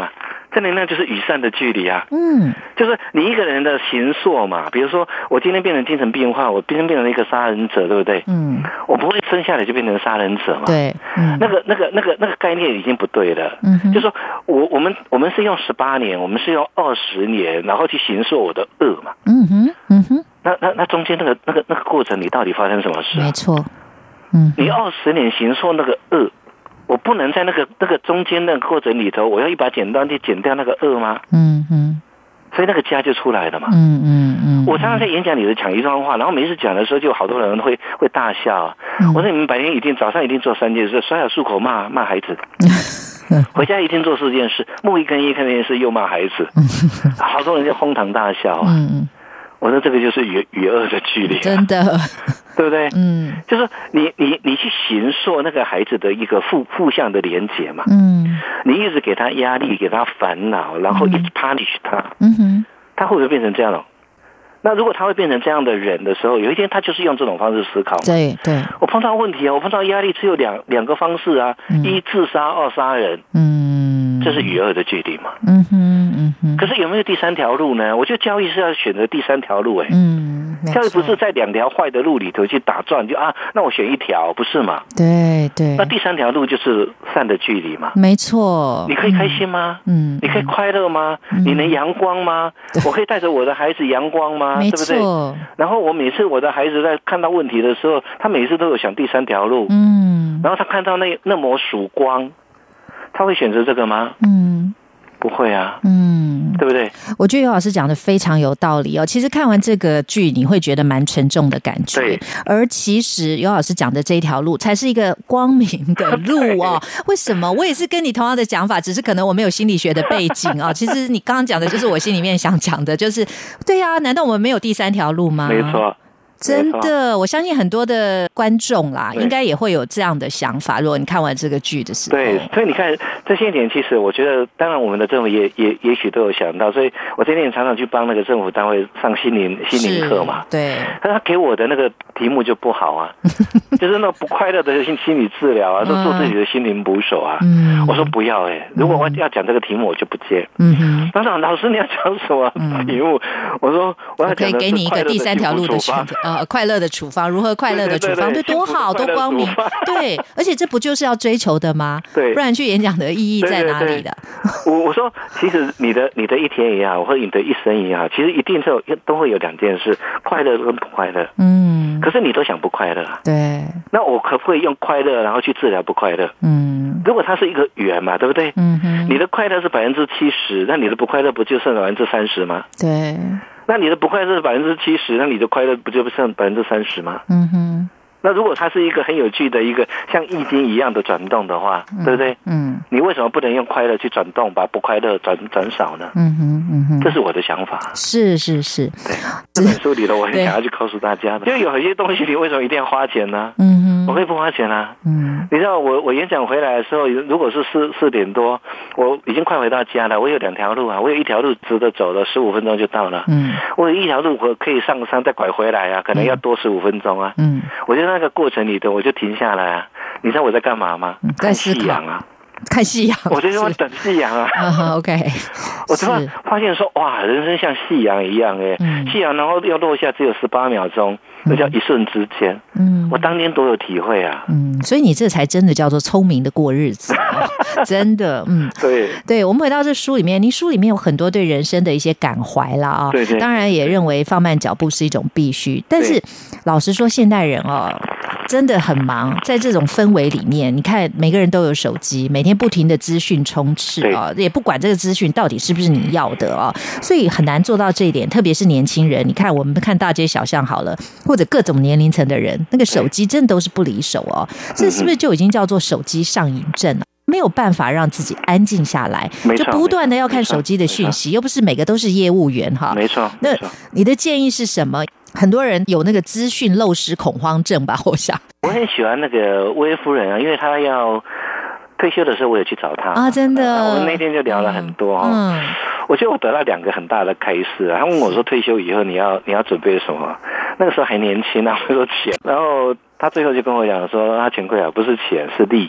正能量就是与善的距离啊。 嗯， 就是你一个人的形塑嘛，比如说我今天变成精神病患，我今天变成一个杀人者，对不对？ 嗯， 我不会生下来就变成杀人者嘛。 对，嗯， 那个那个那个那个概念已经不对了。 嗯哼， 就是说我我们我们是用十八年，我们是用二十年，然后去形塑我的恶嘛。 嗯哼，嗯哼， 那那那中间那个那个那个过程，你到底发生什么事啊？ 没错，嗯， 你二十年形塑那个恶。我不能在那个那个中间那个过程里头，我要一把剪刀去剪掉那个恶吗？ 嗯嗯， 所以那个家就出来了嘛。 嗯嗯嗯。 我常常在演讲里头讲一段话，然后每一次讲的时候，就好多人会会大笑。嗯、我说你们白天一定早上一定做三件事：刷牙漱口骂骂孩子，回家一定做四件事，木一根一根那件事又骂孩子，好多人就哄堂大笑啊。嗯嗯，我说这个就是与与恶的距离、啊， 真的。 对不对？ 嗯， 就是你你你去形塑那个孩子的一个负负向的连结嘛。 嗯， 你一直给他压力，给他烦恼，然后一直 punish 他。 嗯哼， 他会不会变成这样？那如果他会变成这样的人的时候，有一天他就是用这种方式思考嘛。 对对。 我碰到问题啊，我碰到压力，只有两两个方式啊：嗯、一自杀，二杀人。嗯，这是与恶的距离嘛。 嗯哼嗯哼。 可是有没有第三条路呢？我觉得教育是要选择第三条路、欸，哎。 嗯。 教育不是在两条坏的路里头去打转，就啊，那我选一条，不是嘛？ 对对。 那第三条路就是善的距离嘛。 没错。 你可以开心吗？嗯。你可以快乐吗？ 嗯、 你能阳光吗？我可以带着我的孩子阳光吗？ 没错。对不对？然后我每次我的孩子在看到问题的时候，他每次都有想第三条路。嗯。然后他看到那那抹曙光，他会选择这个吗？嗯。不会啊，嗯，对不对？ 我觉得尤老师讲的非常有道理哦。其实看完这个剧，你会觉得蛮沉重的感觉。 对， 而其实尤老师讲的这一条路，才是一个光明的路哦。为什么？我也是跟你同样的讲法，只是可能我没有心理学的背景哦。其实你刚刚讲的就是我心里面想讲的，就是对啊，难道我们没有第三条路吗？ 没错。 真的，我相信很多的观众啦，应该也会有这样的想法。如果你看完这个剧的时候， 对，所以你看这些年，其实我觉得，当然我们的政府也也也许都有想到，所以我今天也常常去帮那个政府单位上心灵心灵课嘛。 对， 但他给我的那个题目就不好啊，就是那不快乐的心心理治疗啊，都做自己的心灵捕手啊。嗯，我说不要哎、欸，如果我要讲这个题目，我就不接。嗯哼，他说老师你要讲什么题目？嗯、我说我要讲的是快乐的可以给你一个第三条路的选择。呃，快乐的处方，如何快乐的处方，对，多好，多光明，对，而且这不就是要追求的吗？ 对， 不然去演讲的意义在哪里的？ 我我说，其实你的你的一天也好，或者你的一生也好，其实一定都有都会有两件事，快乐跟不快乐。嗯，可是你都想不快乐啊？ 对， 那我可不可以用快乐，然后去治疗不快乐？嗯，如果它是一个圆嘛，对不对？嗯哼，你的快乐是百分之七十，那你的不快乐不就剩百分之三十吗？ 对。 那你的不快乐是百分之七十，那你的快乐不就剩百分之三十吗？嗯哼。那如果它是一个很有趣的一个像易经一样的转动的话，嗯、对不对？嗯。你为什么不能用快乐去转动，把不快乐转转少呢？嗯哼，嗯哼。这是我的想法。 是是是。 对，这本书里头我很想要去告诉大家的，就有一些东西你为什么一定要花钱呢？嗯哼。我可以不花钱啊。嗯。你知道我我演讲回来的时候，如果是四四点多，我已经快回到家了。我有两条路啊，我有一条路直着走了十五分钟就到了。嗯。我有一条路我可以上山再拐回来啊，可能要多十五分钟啊。嗯。我觉得那个过程里头我就停下来啊。你知道我在干嘛吗？ 在思考。 看夕阳啊。 看夕阳， 我就是在等夕阳啊。 uh, OK， 我突然发现说，哇，人生像夕阳一样哎、嗯，夕阳然后要落下只有十八秒钟，那叫一瞬之间。嗯，我当年多有体会啊。 嗯，所以你这才真的叫做聪明的过日子、哦，真的。嗯， 对对，我们回到这书里面，您书里面有很多对人生的一些感怀啦啊、哦， 对对， 当然也认为放慢脚步是一种必须，但是老实说，现代人哦。真的很忙，在这种氛围里面，你看每个人都有手机，每天不停的资讯充斥啊、哦，也不管这个资讯到底是不是你要的啊、哦，所以很难做到这一点。特别是年轻人，你看我们看大街小巷好了，或者各种年龄层的人，那个手机真的都是不离手哦。这是不是就已经叫做手机上瘾症了？没有办法让自己安静下来，就不断的要看手机的讯息，又不是每个都是业务员哈。 没错， 那你的建议是什么？很多人有那个资讯漏失恐慌症吧，我想。 我很喜欢那个薇夫人啊，因为她要退休的时候，我也去找她啊，真的。 我们那天就聊了很多哦。嗯，我觉得我得到两个很大的开示啊。他问我说，退休以后你要你要准备什么？那个时候还年轻啊，我说钱。然后他最后就跟我讲说，他钱柜啊不是钱是力。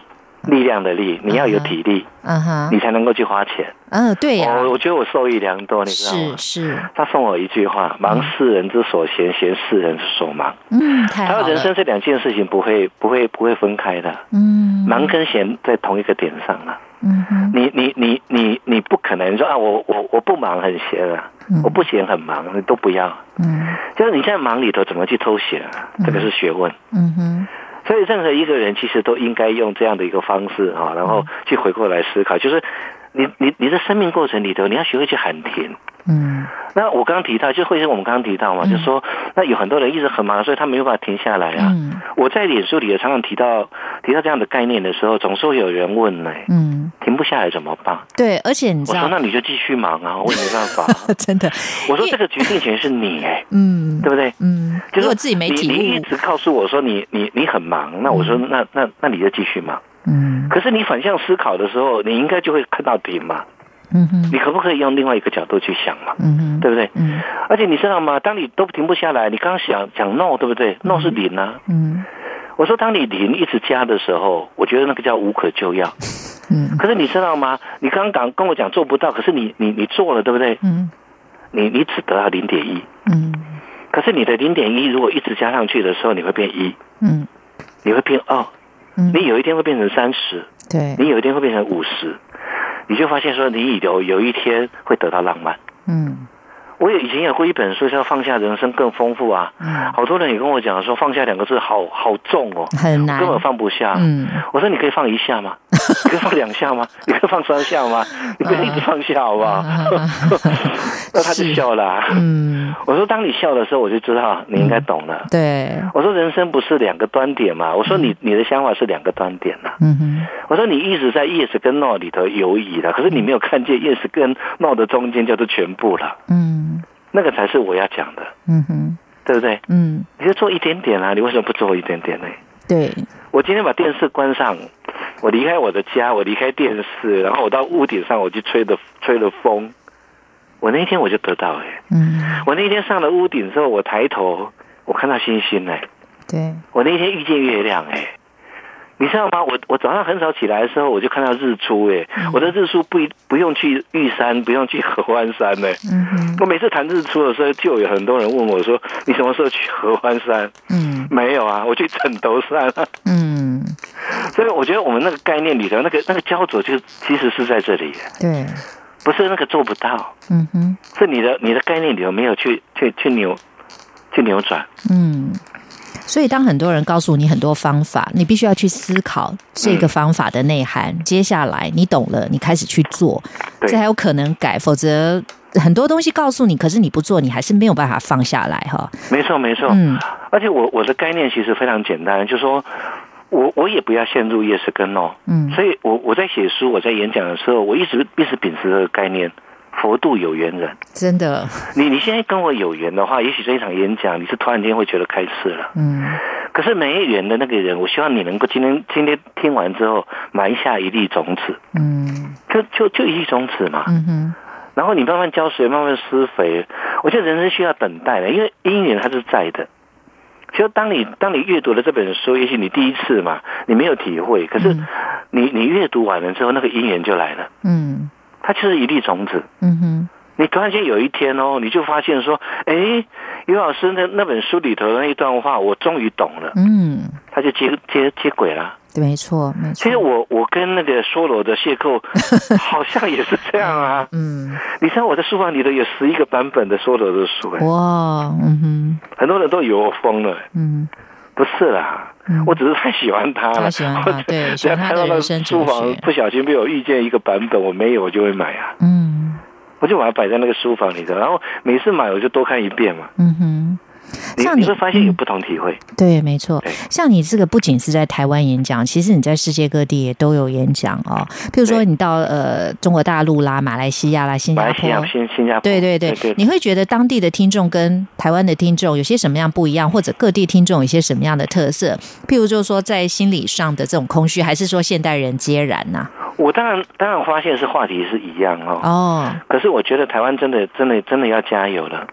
力量的力，你要有体力， 嗯哼， 你才能够去花钱。 嗯，对呀、啊哦，我觉得我受益良多，你知道吗？ 是是， 他送我一句话：忙世人之所闲，闲世人之所忙。 嗯，太好了。 他说人生这两件事情不会不会不会分开的， 嗯， 忙跟闲在同一个点上了。 嗯哼， 你你你你你不可能说啊，我我我不忙很闲啊， 嗯、 我不闲很忙，你都不要。 嗯， 就是你在忙里头怎么去偷闲啊？这个是学问。 嗯哼。 所以任何一个人其实都应该用这样的一个方式啊，然后去回过来思考，就是你你你的生命过程里头，你要学会去喊停。 嗯， 那我刚刚提到，就会是我们刚刚提到嘛，嗯、就是说，那有很多人一直很忙，所以他没有办法停下来啊。嗯、我在脸书里也常常提到提到这样的概念的时候，总是会有人问呢、欸，嗯，停不下来怎么办？ 对，而且你知道， 我说那你就继续忙啊，我也没办法、啊， 真的。 我说这个决定权是你哎、欸， 嗯， 对不对？ 嗯，就是我自己没体悟， 你你一直告诉我说你你你很忙，那我说、嗯、那那那你就继续忙。嗯，可是你反向思考的时候，你应该就会看到停嘛。嗯哼，你可不可以用另外一个角度去想嘛？嗯哼，对不对？嗯，而且你知道吗？当你都停不下来，你刚刚想讲 no， 对不对、嗯、？no 是零啊。嗯，我说当你零一直加的时候，我觉得那个叫无可救药。嗯，可是你知道吗？你刚刚跟我讲做不到，可是你你你做了，对不对？嗯，你你只得到零点一。嗯，可是你的零点一如果一直加上去的时候，你会变一。嗯，你会变二。嗯，你有一天会变成三十。对，你有一天会变成五十。你就发现说，你有有一天会得到浪漫。嗯，我以前有过一本书叫《放下人生更丰富》啊。嗯，好多人也跟我讲说，放下两个字好好重哦， 很难， 根本放不下。嗯，我说你可以放一下吗？你可以放两下吗？你可以放三下吗？你不要一直放下好不好？那他就笑了、啊。嗯，我说当你笑的时候，我就知道你应该懂了。 嗯、对， 我说人生不是两个端点嘛。我说你你的想法是两个端点呐、啊。嗯哼。我说你一直在 yes 跟 no 里头游移了，可是你没有看见 yes 跟 no 的中间叫做全部了。嗯，那个才是我要讲的。嗯哼，对不对？嗯，你就做一点点啊，你为什么不做一点点呢？ 对， 我今天把电视关上，我离开我的家，我离开电视，然后我到屋顶上，我去吹的吹了风。我那一天我就得到哎、欸，嗯，我那一天上了屋顶之后，我抬头，我看到星星哎、欸， 对， 我那一天遇见月亮哎、欸，你知道吗？我我早上很早起来的时候，我就看到日出哎、欸，嗯、我的日出不不用去玉山，不用去合欢山哎、欸，嗯哼，我每次谈日出的时候，就有很多人问我说，你什么时候去合欢山？嗯，没有啊，我去枕头山啊，嗯，所以我觉得我们那个概念里头，那个那个焦灼就其实是在这里， 对。 不是那个做不到，嗯哼，是你的你的概念里头没有去去去扭去扭转， 嗯，所以当很多人告诉你很多方法，你必须要去思考这个方法的内涵。嗯、接下来你懂了，你开始去做，这才有可能改。否则很多东西告诉你，可是你不做，你还是没有办法放下来哈。 没错没错，嗯，而且我我的概念其实非常简单，就是说。我我也不要陷入 yes 跟 no， 嗯，所以我我在写书，我在演讲的时候，我一直一直秉持这个概念，佛度有缘人， 真的， 你你现在跟我有缘的话，也许这一场演讲你是突然间会觉得开示了，嗯，可是没缘的那个人，我希望你能够今天今天听完之后埋下一粒种子，嗯，就就就一粒种子嘛，嗯哼，然后你慢慢浇水，慢慢施肥，我觉得人生需要等待的，因为因缘它是在的。就当你当你阅读了这本书，也许你第一次嘛，你没有体会，可是你你阅读完了之后，那个因缘就来了。嗯，它就是一粒种子。嗯哼，你突然间有一天哦，你就发现说，哎，于老师那那本书里头的那一段话，我终于懂了。嗯，他就接接接轨了。 没错，没错。 其实我我跟那个梭罗的邂逅，好像也是这样啊。嗯，你知道我的书房里头有十一个版本的梭罗的书。 哇，嗯哼， 很多人都以为我疯了。嗯，不是啦，嗯、我只是太喜欢他了。 太喜欢他，对，喜欢他的人生哲学。 书房不小心被我遇见一个版本，我没有我就会买啊。嗯，我就把它摆在那个书房里头，然后每次买我就多看一遍嘛。嗯哼。你, 你会发现有不同体会、 嗯、对，没错。像你这个不仅是在台湾演讲，其实你在世界各地也都有演讲哦。譬如说你到呃中国大陆啦、马来西亚啦、新加坡、 马来西亚、新加坡， 对对 对, 对, 对，你会觉得当地的听众跟台湾的听众有些什么样不一样，或者各地听众有些什么样的特色？譬如就是说在心理上的这种空虚，还是说现代人皆然呐、啊？ 我当然当然发现是话题是一样哦。哦，可是我觉得台湾真的真的真的要加油了。嗯。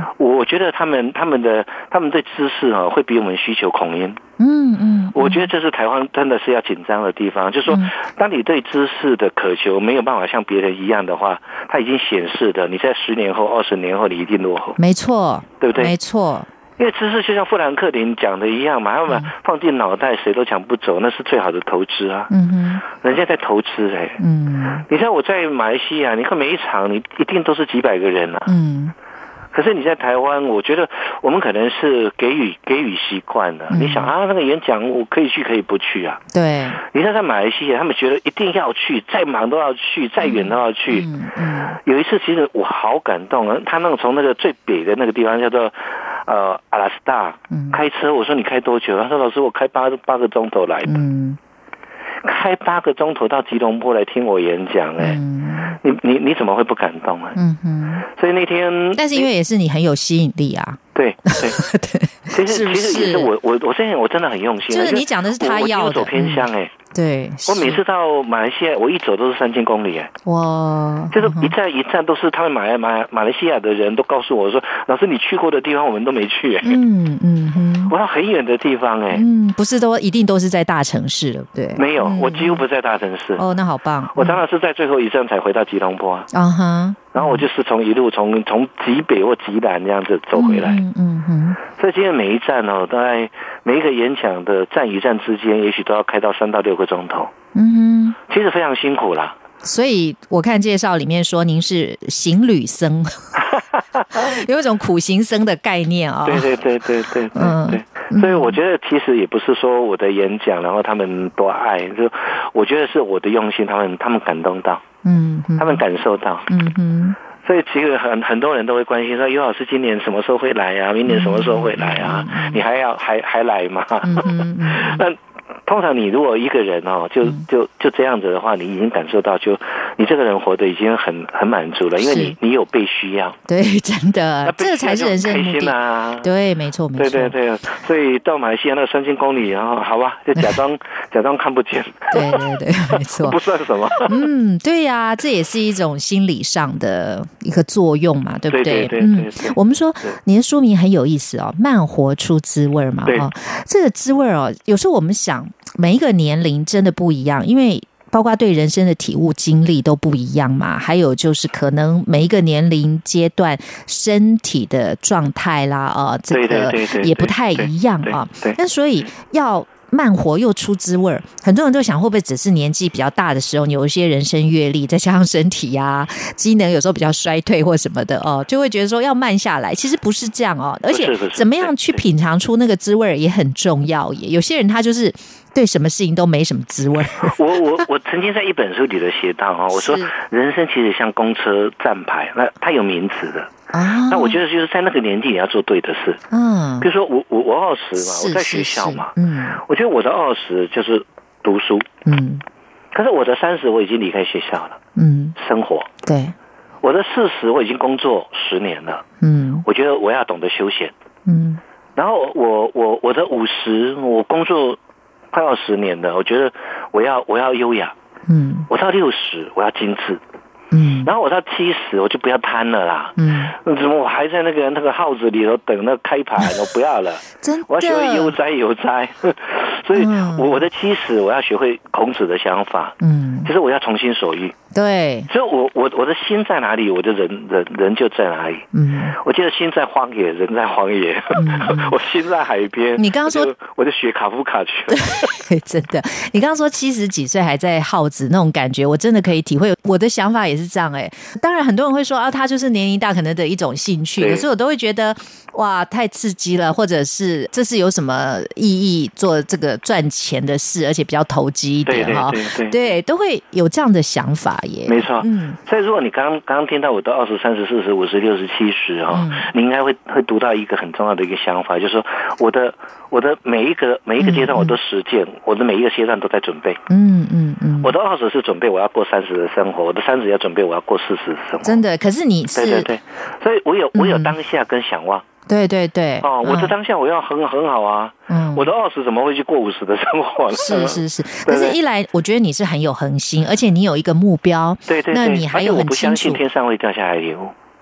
我觉得他们他们的他们对知识啊会比我们需求恐音。 嗯嗯， 我觉得这是台湾真的是要紧张的地方，就是说，当你对知识的渴求没有办法像别人一样的话，它已经显示的，你在十年后、二十年后，你一定落后。 没错， 对不对？ 没错。 因为知识就像富兰克林讲的一样嘛，他们放进脑袋，谁都抢不走，那是最好的投资啊。嗯哼，人家在投资哎、欸。嗯，你像我在马来西亚，你看每一场，你一定都是几百个人啊。嗯。可是你在台湾，我觉得我们可能是给予给予习惯了。嗯、你想啊，那个演讲我可以去可以不去啊。 对。 你看在马来西亚，他们觉得一定要去，再忙都要去，再远都要去。嗯嗯。有一次，其实我好感动啊，他那个从那个最北的那个地方叫做呃阿拉斯加，开车，我说你开多久？他说老师我开八八个钟头来的。嗯。开八个钟头到吉隆坡来听我演讲、欸，哎、嗯，你你你怎么会不感动啊？嗯哼，所以那天， 但是因为也是你很有吸引力啊， 对对对，其实其实也是我我我现在我真的很用心， 就是你讲的是他要的， 我走偏乡哎、欸。 对， 我每次到马来西亚，我一走都是三千公里哎，哇，就是一站一站都是他们马来马马来西亚的人都告诉我说，老师你去过的地方我们都没去哎，嗯嗯哼，我要很远的地方哎， 嗯，不是都一定都是在大城市了，对， 没有，我几乎不在大城市， 哦，那好棒， 我常常是在最后一站才回到吉隆坡啊，啊哈，然后我就是从一路从从极北或极南这样子走回来，嗯嗯哼，所以今天每一站哦，大概每一个演讲的站与站之间，也许都要开到三到六个钟头。嗯哼，其实非常辛苦啦。 所以我看介绍里面说您是行旅僧，有一种苦行僧的概念啊、哦。 对对对对对对、嗯、对。所以我觉得其实也不是说我的演讲，然后他们多爱，就我觉得是我的用心，他们他们感动到，嗯，他们感受到，嗯哼。所以其实很很多人都会关心说，尤老师今年什么时候会来啊？明年什么时候会来啊？嗯、你还要还还来吗？嗯嗯嗯、那通常你如果一个人哦，就就就这样子的话，你已经感受到就，就你这个人活得已经很很满足了，因为你你有被需要。 对，真的，这才是人生的目的啊！对，没错，没错。 对对对，所以到马来西亚那三千公里，然后好吧，就假装假装看不见。 对对对，没错， 不算什么。 嗯，对呀、啊，这也是一种心理上的一个作用嘛，对不对？ 对对对对对嗯，我们说你的书名很有意思哦，慢活出滋味嘛，哦，这个滋味哦，有时候我们想。每一个年龄真的不一样，因为包括对人生的体悟经历都不一样嘛，还有就是可能每一个年龄阶段身体的状态啦，啊、呃，这个也不太一样啊。那所以要慢活又出滋味，很多人都想会不会只是年纪比较大的时候，你有一些人生阅历，再加上身体啊机能有时候比较衰退或什么的哦，就会觉得说要慢下来。其实不是这样哦，而且怎么样去品尝出那个滋味也很重要耶。有些人他就是对什么事情都没什么滋味。 我我我曾经在一本书里头写到哈，我说人生其实像公车站牌，那它有名字的。啊，那我觉得就是在那个年纪你要做对的事。嗯，比如说我我我二十嘛，我在学校嘛，嗯，我觉得我的二十就是读书，嗯，可是我的三十我已经离开学校了，嗯，生活， 对， 我的四十我已经工作十年了，嗯，我觉得我要懂得休闲，嗯，然后我我我的五十我工作快要十年了，我觉得我要我要优雅，嗯，我到六十我要精致。嗯，然后我到七十，我就不要贪了啦。嗯，怎么我还在那个那个号子里头等那个开盘？我不要了， 真的， 我要学会悠哉悠哉。所以，我我的七十，我要学会孔子的想法。嗯，就是我要从心所欲。 对， 所以我我我的心在哪里，我的人人人就在哪里。嗯，我记得心在荒野，人在荒野。嗯、我心在海边。 你刚刚说， 我就, 我就学卡夫卡去了。 对，真的，你刚刚说七十几岁还在耗子那种感觉，我真的可以体会。我的想法也是这样哎、欸。当然，很多人会说啊，他就是年龄大可能的一种兴趣，可是我都会觉得哇，太刺激了，或者是这是有什么意义做这个赚钱的事，而且比较投机一点哈。 对对对 对, 对，都会有这样的想法。 没错，嗯，所以如果你刚刚刚听到我的二十、三十、四十、五十、六十、七十哈，你应该会会读到一个很重要的一个想法，就是说我的我的每一个每一个阶段我都实践，嗯、我的每一个阶段都在准备。嗯嗯嗯，我的二十是准备我要过三十的生活，我的三十要准备我要过四十的生活。 真的，可是你是对对对，所以我有我有当下跟想望。 对对对， 哦，我的当下我要很很好啊，嗯，我的二十怎么会去过五十的生活呢？ 是是是，可是一来我觉得你是很有恒心，而且你有一个目标， 对对对， 那你还有很清楚， 我不相信天上会掉下来礼物。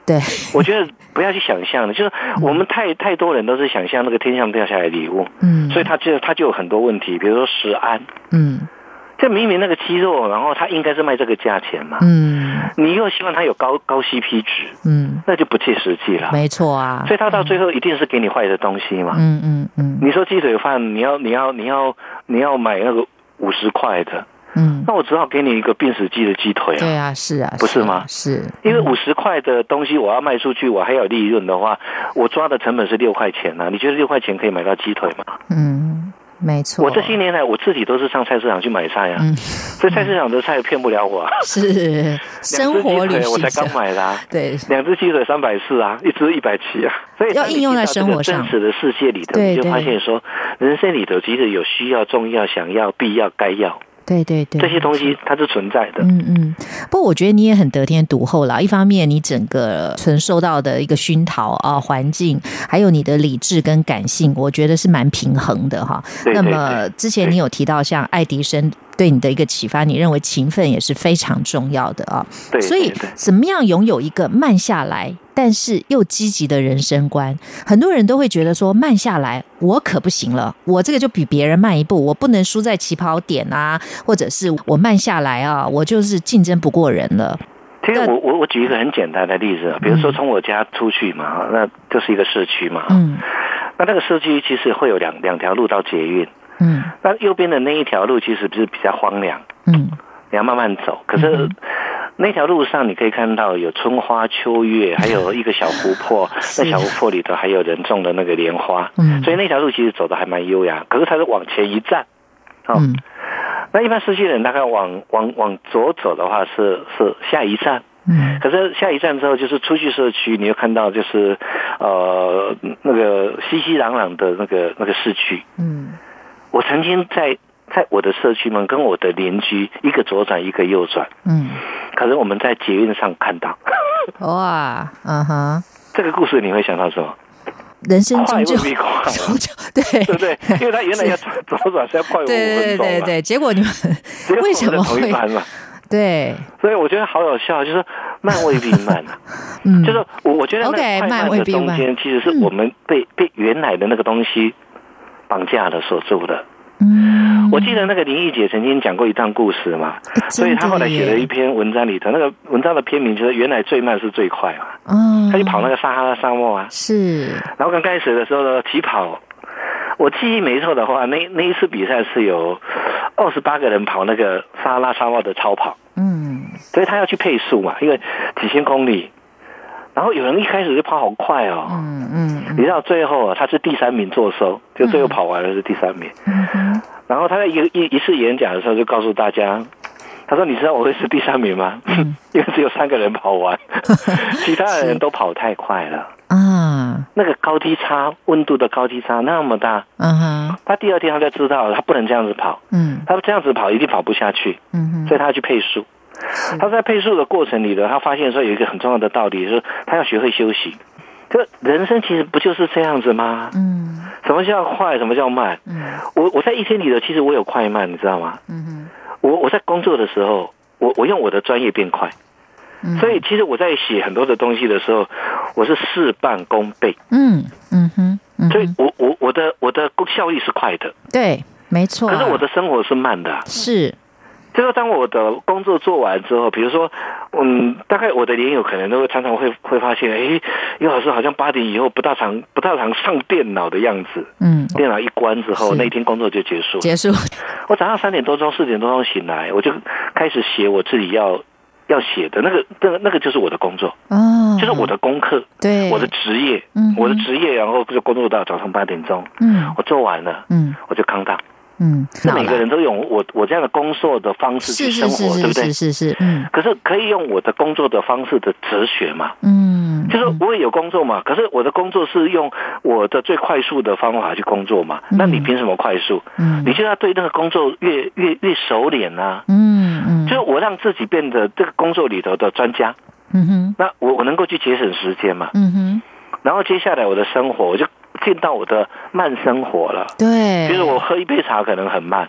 对， 我觉得不要去想象的，就是我们太太多人都是想象那个天上掉下来的礼物，嗯，所以他就他就有很多问题，比如说食安，嗯。这明明那个鸡肉，然后它应该是卖这个价钱嘛，嗯，你又希望它有高高 C P 值，嗯，那就不切实际了， 没错啊， 所以它到最后一定是给你坏的东西嘛，嗯嗯嗯，你说鸡腿饭，你要你要你要你要买那个五十块的，嗯，那我只好给你一个病死鸡的鸡腿啊， 对啊，是啊， 不是吗？ 是， 因为五十块的东西我要卖出去，我还有利润的话，我抓的成本是六块钱啊，你觉得六块钱可以买到鸡腿吗？ 嗯。没错， 我这些年来我自己都是上菜市场去买菜啊，嗯，所以菜市场的菜骗不了我、啊。 是生活旅行， 我才刚买的、啊， 对， 两只鸡腿三百四啊，一只一百七啊，所以要应用在生活上。 真实的世界里头，你就发现说，人生里头其实有需要、重要、想要、必要、该要。 对对对， 这些东西它是存在的。 嗯嗯，不过我觉得你也很得天独厚啦。一方面，你整个承受到的一个熏陶啊，环境，还有你的理智跟感性，我觉得是蛮平衡的哈。 对对对， 那么之前你有提到像爱迪生对你的一个启发，你认为勤奋也是非常重要的啊。 对， 所以怎么样拥有一个慢下来但是又积极的人生观？很多人都会觉得说，慢下来我可不行了，我这个就比别人慢一步，我不能输在起跑点啊，或者是我慢下来啊，我就是竞争不过人了。 其实我我我举一个很简单的例子，比如说从我家出去嘛，嗯、那就是一个社区嘛，嗯，那那个社区其实会有两两条路到捷运，嗯，那右边的那一条路其实是比较荒凉，嗯，你要慢慢走，可是。嗯，那条路上你可以看到有春花秋月，还有一个小湖泊，那小湖泊里头还有人种的那个莲花，嗯，所以那条路其实走得还蛮优雅。可是它是往前一站，哦，嗯，那一般市区人大概往往往左走的话是是下一站，嗯，可是下一站之后就是出去社区，你又看到就是呃那个熙熙攘攘的那个那个市区，嗯，我曾经在。在我的社区门跟我的邻居一个左转一个右转，嗯，可是我们在捷运上看到， 哇，嗯哼， 这个故事你会想到什么？ 人生中就快快对对不对？因为他原来要左转是要快五分钟， 对对对对，结果你们为什么会？对， 所以我觉得好有效，就是慢未必慢啊，嗯，就是我我觉得那快慢的中间其实是我们被、嗯、被原来的那个东西绑架了所做的。嗯，我记得那个林忆姐曾经讲过一段故事嘛，所以她后来写了一篇文章里头，那个文章的篇名就是原来最慢是最快嘛。嗯，她就跑那个撒哈拉沙漠啊， 是。 然后刚开始的时候呢，起跑，我记忆没错的话，那那一次比赛是有二十八个人跑那个撒哈拉沙漠的超跑。嗯，所以他要去配速嘛，因为几千公里。然后有人一开始就跑好快哦，嗯嗯，你知道最后啊，他是第三名坐收，就最后跑完了是第三名。嗯，然后他在一一一次演讲的时候就告诉大家，他说：“你知道我会是第三名吗？嗯、因为只有三个人跑完，其他的人都跑太快了啊，那个高低差，温度的高低差那么大。嗯哼，他第二天他就知道他不能这样子跑，嗯，他这样子跑一定跑不下去，嗯哼，所以他要去配速。”他在配速的过程里头，他发现说有一个很重要的道理，就是他要学会休息。这人生其实不就是这样子吗？嗯，什么叫快，什么叫慢？嗯，我我在一天里头，其实我有快慢，你知道吗？嗯哼，我我在工作的时候，我我用我的专业变快，嗯，所以其实我在写很多的东西的时候，我是事半功倍。嗯嗯哼，嗯，所以我我我的我的效率是快的， 对，没错、啊。 可是我的生活是慢的， 是。 就是当我的工作做完之后，比如说，嗯，大概我的连友可能都会常常会会发现，哎，尤老师好像八点以后不大常不大常上电脑的样子。嗯，电脑一关之后，那一天工作就结束。 结束。 我早上三点多钟、四点多钟醒来，我就开始写我自己要要写的那个，那个那个就是我的工作。哦，就是我的功课， 对， 我的职业，嗯，我的职业，然后就工作到早上八点钟。嗯，我做完了，嗯，我就康到。嗯，那每个人都用我我这样的工作的方式去生活， 是是是是对不对？ 是是是，嗯。 可是可以用我的工作的方式的哲学嘛？嗯，就是我也有工作嘛，可是我的工作是用我的最快速的方法去工作嘛？嗯、那你凭什么快速？嗯，你就要对那个工作越越越熟练啊。嗯嗯，就是我让自己变得这个工作里头的专家。嗯哼，那我我能够去节省时间嘛？嗯哼，然后接下来我的生活我就进到我的慢生活了。对，比如我喝一杯茶可能很慢，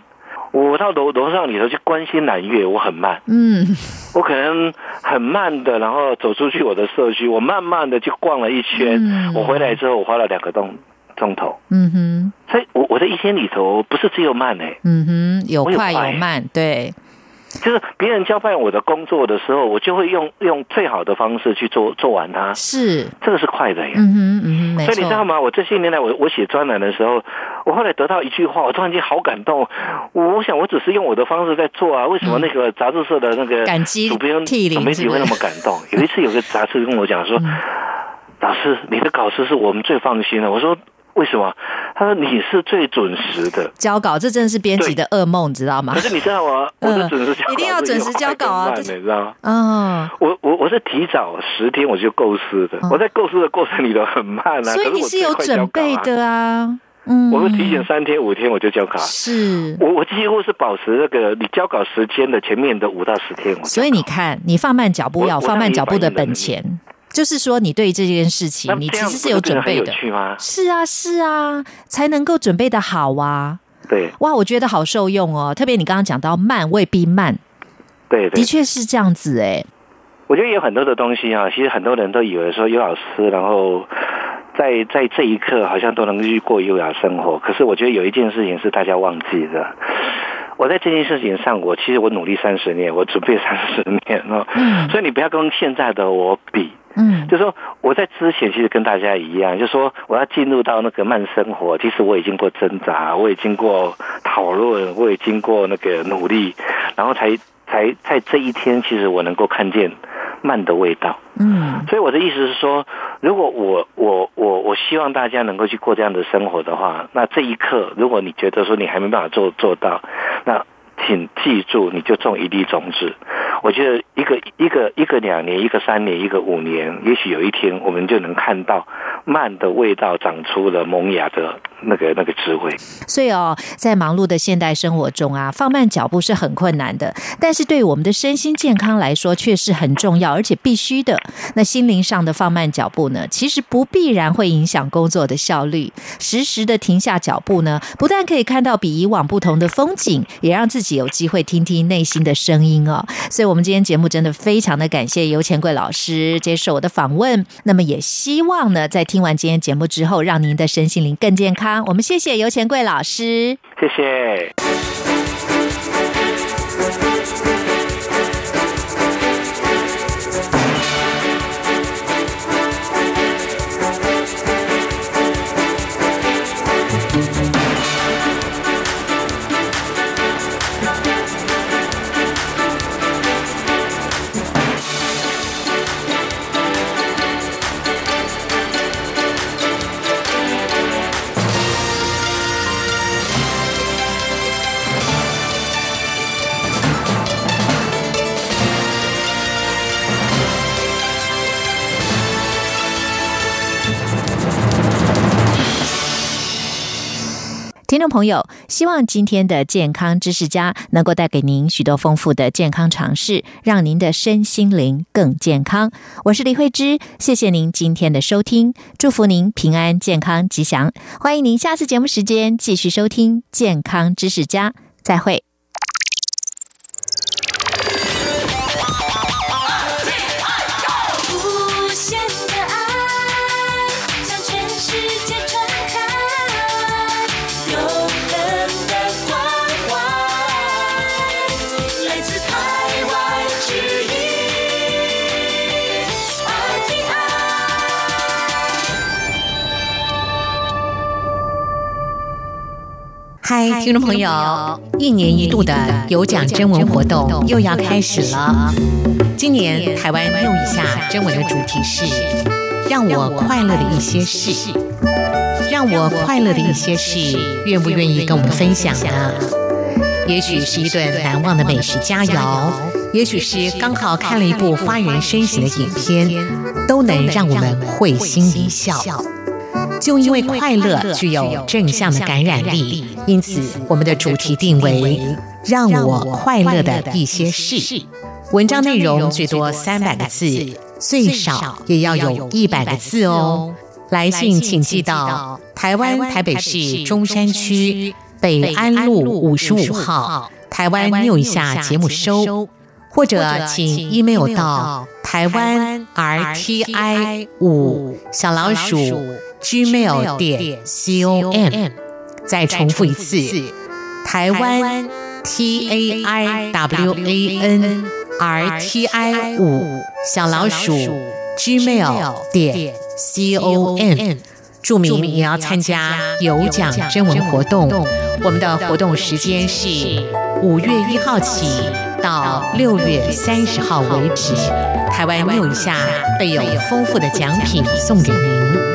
我到楼楼上里头去观星揽月，我很慢， 嗯， 我可能很慢的，然后走出去我的社区，我慢慢的去逛了一圈，嗯、我回来之后我花了两个钟钟头， 嗯哼， 所以我我的一天里头不是只有慢哎、欸， 嗯哼，有快有慢，对。 就是别人交办我的工作的时候，我就会用用最好的方式去做做完它。 是， 这个是快的呀。 嗯哼，嗯哼，没错。 所以你知道吗？我这些年来，我我写专栏的时候，我后来得到一句话，我突然间好感动。我我想，我只是用我的方式在做啊，为什么那个杂志社的那个主编总媒体会那么感动？有一次有个杂志跟我讲说，嗯、老师，你的稿子是我们最放心的。我说。为什么？他说你是最准时的交稿，这真的是编辑的噩梦，知道吗？ 可是你知道吗？我是准时交稿、 嗯，一定要准时交稿啊！ 你知道吗？ 哦， 我我我是提早十天我就构思的，哦、我在构思的过程里头很慢啊， 所以你是有准备的啊。嗯， 我们提前三天五天我就交稿， 是我我几乎是保持那个你交稿时间的前面的五到十天我。 所以你看，你放慢脚步要放慢脚步的本钱。就是说，你对这件事情，你其实是有准备的。是啊，是啊，才能够准备的好啊。 对， 哇，我觉得好受用哦。特别你刚刚讲到慢未必慢， 对， 的确是这样子哎。 我觉得有很多的东西啊，其实很多人都以为说有老师，然后在在这一刻好像都能去过优雅生活。可是我觉得有一件事情是大家忘记的。我在这件事情上，我其实我努力三十年，我准备三十年哦。嗯，所以你不要跟现在的我比。嗯，就是说我在之前其实跟大家一样，就是说我要进入到那个慢生活，其实我也经过挣扎，我也经过讨论，我也经过那个努力，然后才才在这一天，其实我能够看见慢的味道。嗯，所以我的意思是说，如果我我我我希望大家能够去过这样的生活的话，那这一刻，如果你觉得说你还没办法做做到，那请记住，你就种一粒种子。我觉得一个一个一个两年，一个三年，一个五年，也许有一天我们就能看到慢的味道长出了萌芽的那个那个智慧。 所以哦，在忙碌的现代生活中啊，放慢脚步是很困难的，但是对我们的身心健康来说却是很重要而且必须的。那心灵上的放慢脚步呢，其实不必然会影响工作的效率。时时的停下脚步呢，不但可以看到比以往不同的风景，也让自己有机会听听内心的声音哦。所以我们今天节目真的非常的感谢游钱柜老师接受我的访问，那么也希望呢，在听完今天节目之后，让您的身心灵更健康。我们谢谢游钱柜老师， 谢谢。 听众朋友，希望今天的健康知识家能够带给您许多丰富的健康常识，让您的身心灵更健康。我是李慧芝，谢谢您今天的收听，祝福您平安健康吉祥。欢迎您下次节目时间继续收听健康知识家，再会。 嗨，听众朋友，一年一度的有奖征文活动又要开始了。今年台湾用一下征文的主题是让我快乐的一些事，让我快乐的一些事，愿不愿意跟我们分享呢？也许是一顿难忘的美食佳肴，也许是刚好看了一部发人深省的影片，都能让我们会心一笑。就因为快乐具有正向的感染力，因此我们的主题定为让我快乐的一些事。文章内容最多三百个字，最少也要有一百个字哦。来信请寄到台湾台北市中山区北安路五十五号，台湾 New 一下节目收，或者请 email 到台湾 R T I 五小老鼠 gmail 点 com。再重复一次，台湾 T A I W A N R T I 五小老鼠 gmail 点 com。注明你要参加有奖征文活动，我们的活动时间是五月一号起到六月三十号为止。台湾 New 一下备有丰富的奖品送给您。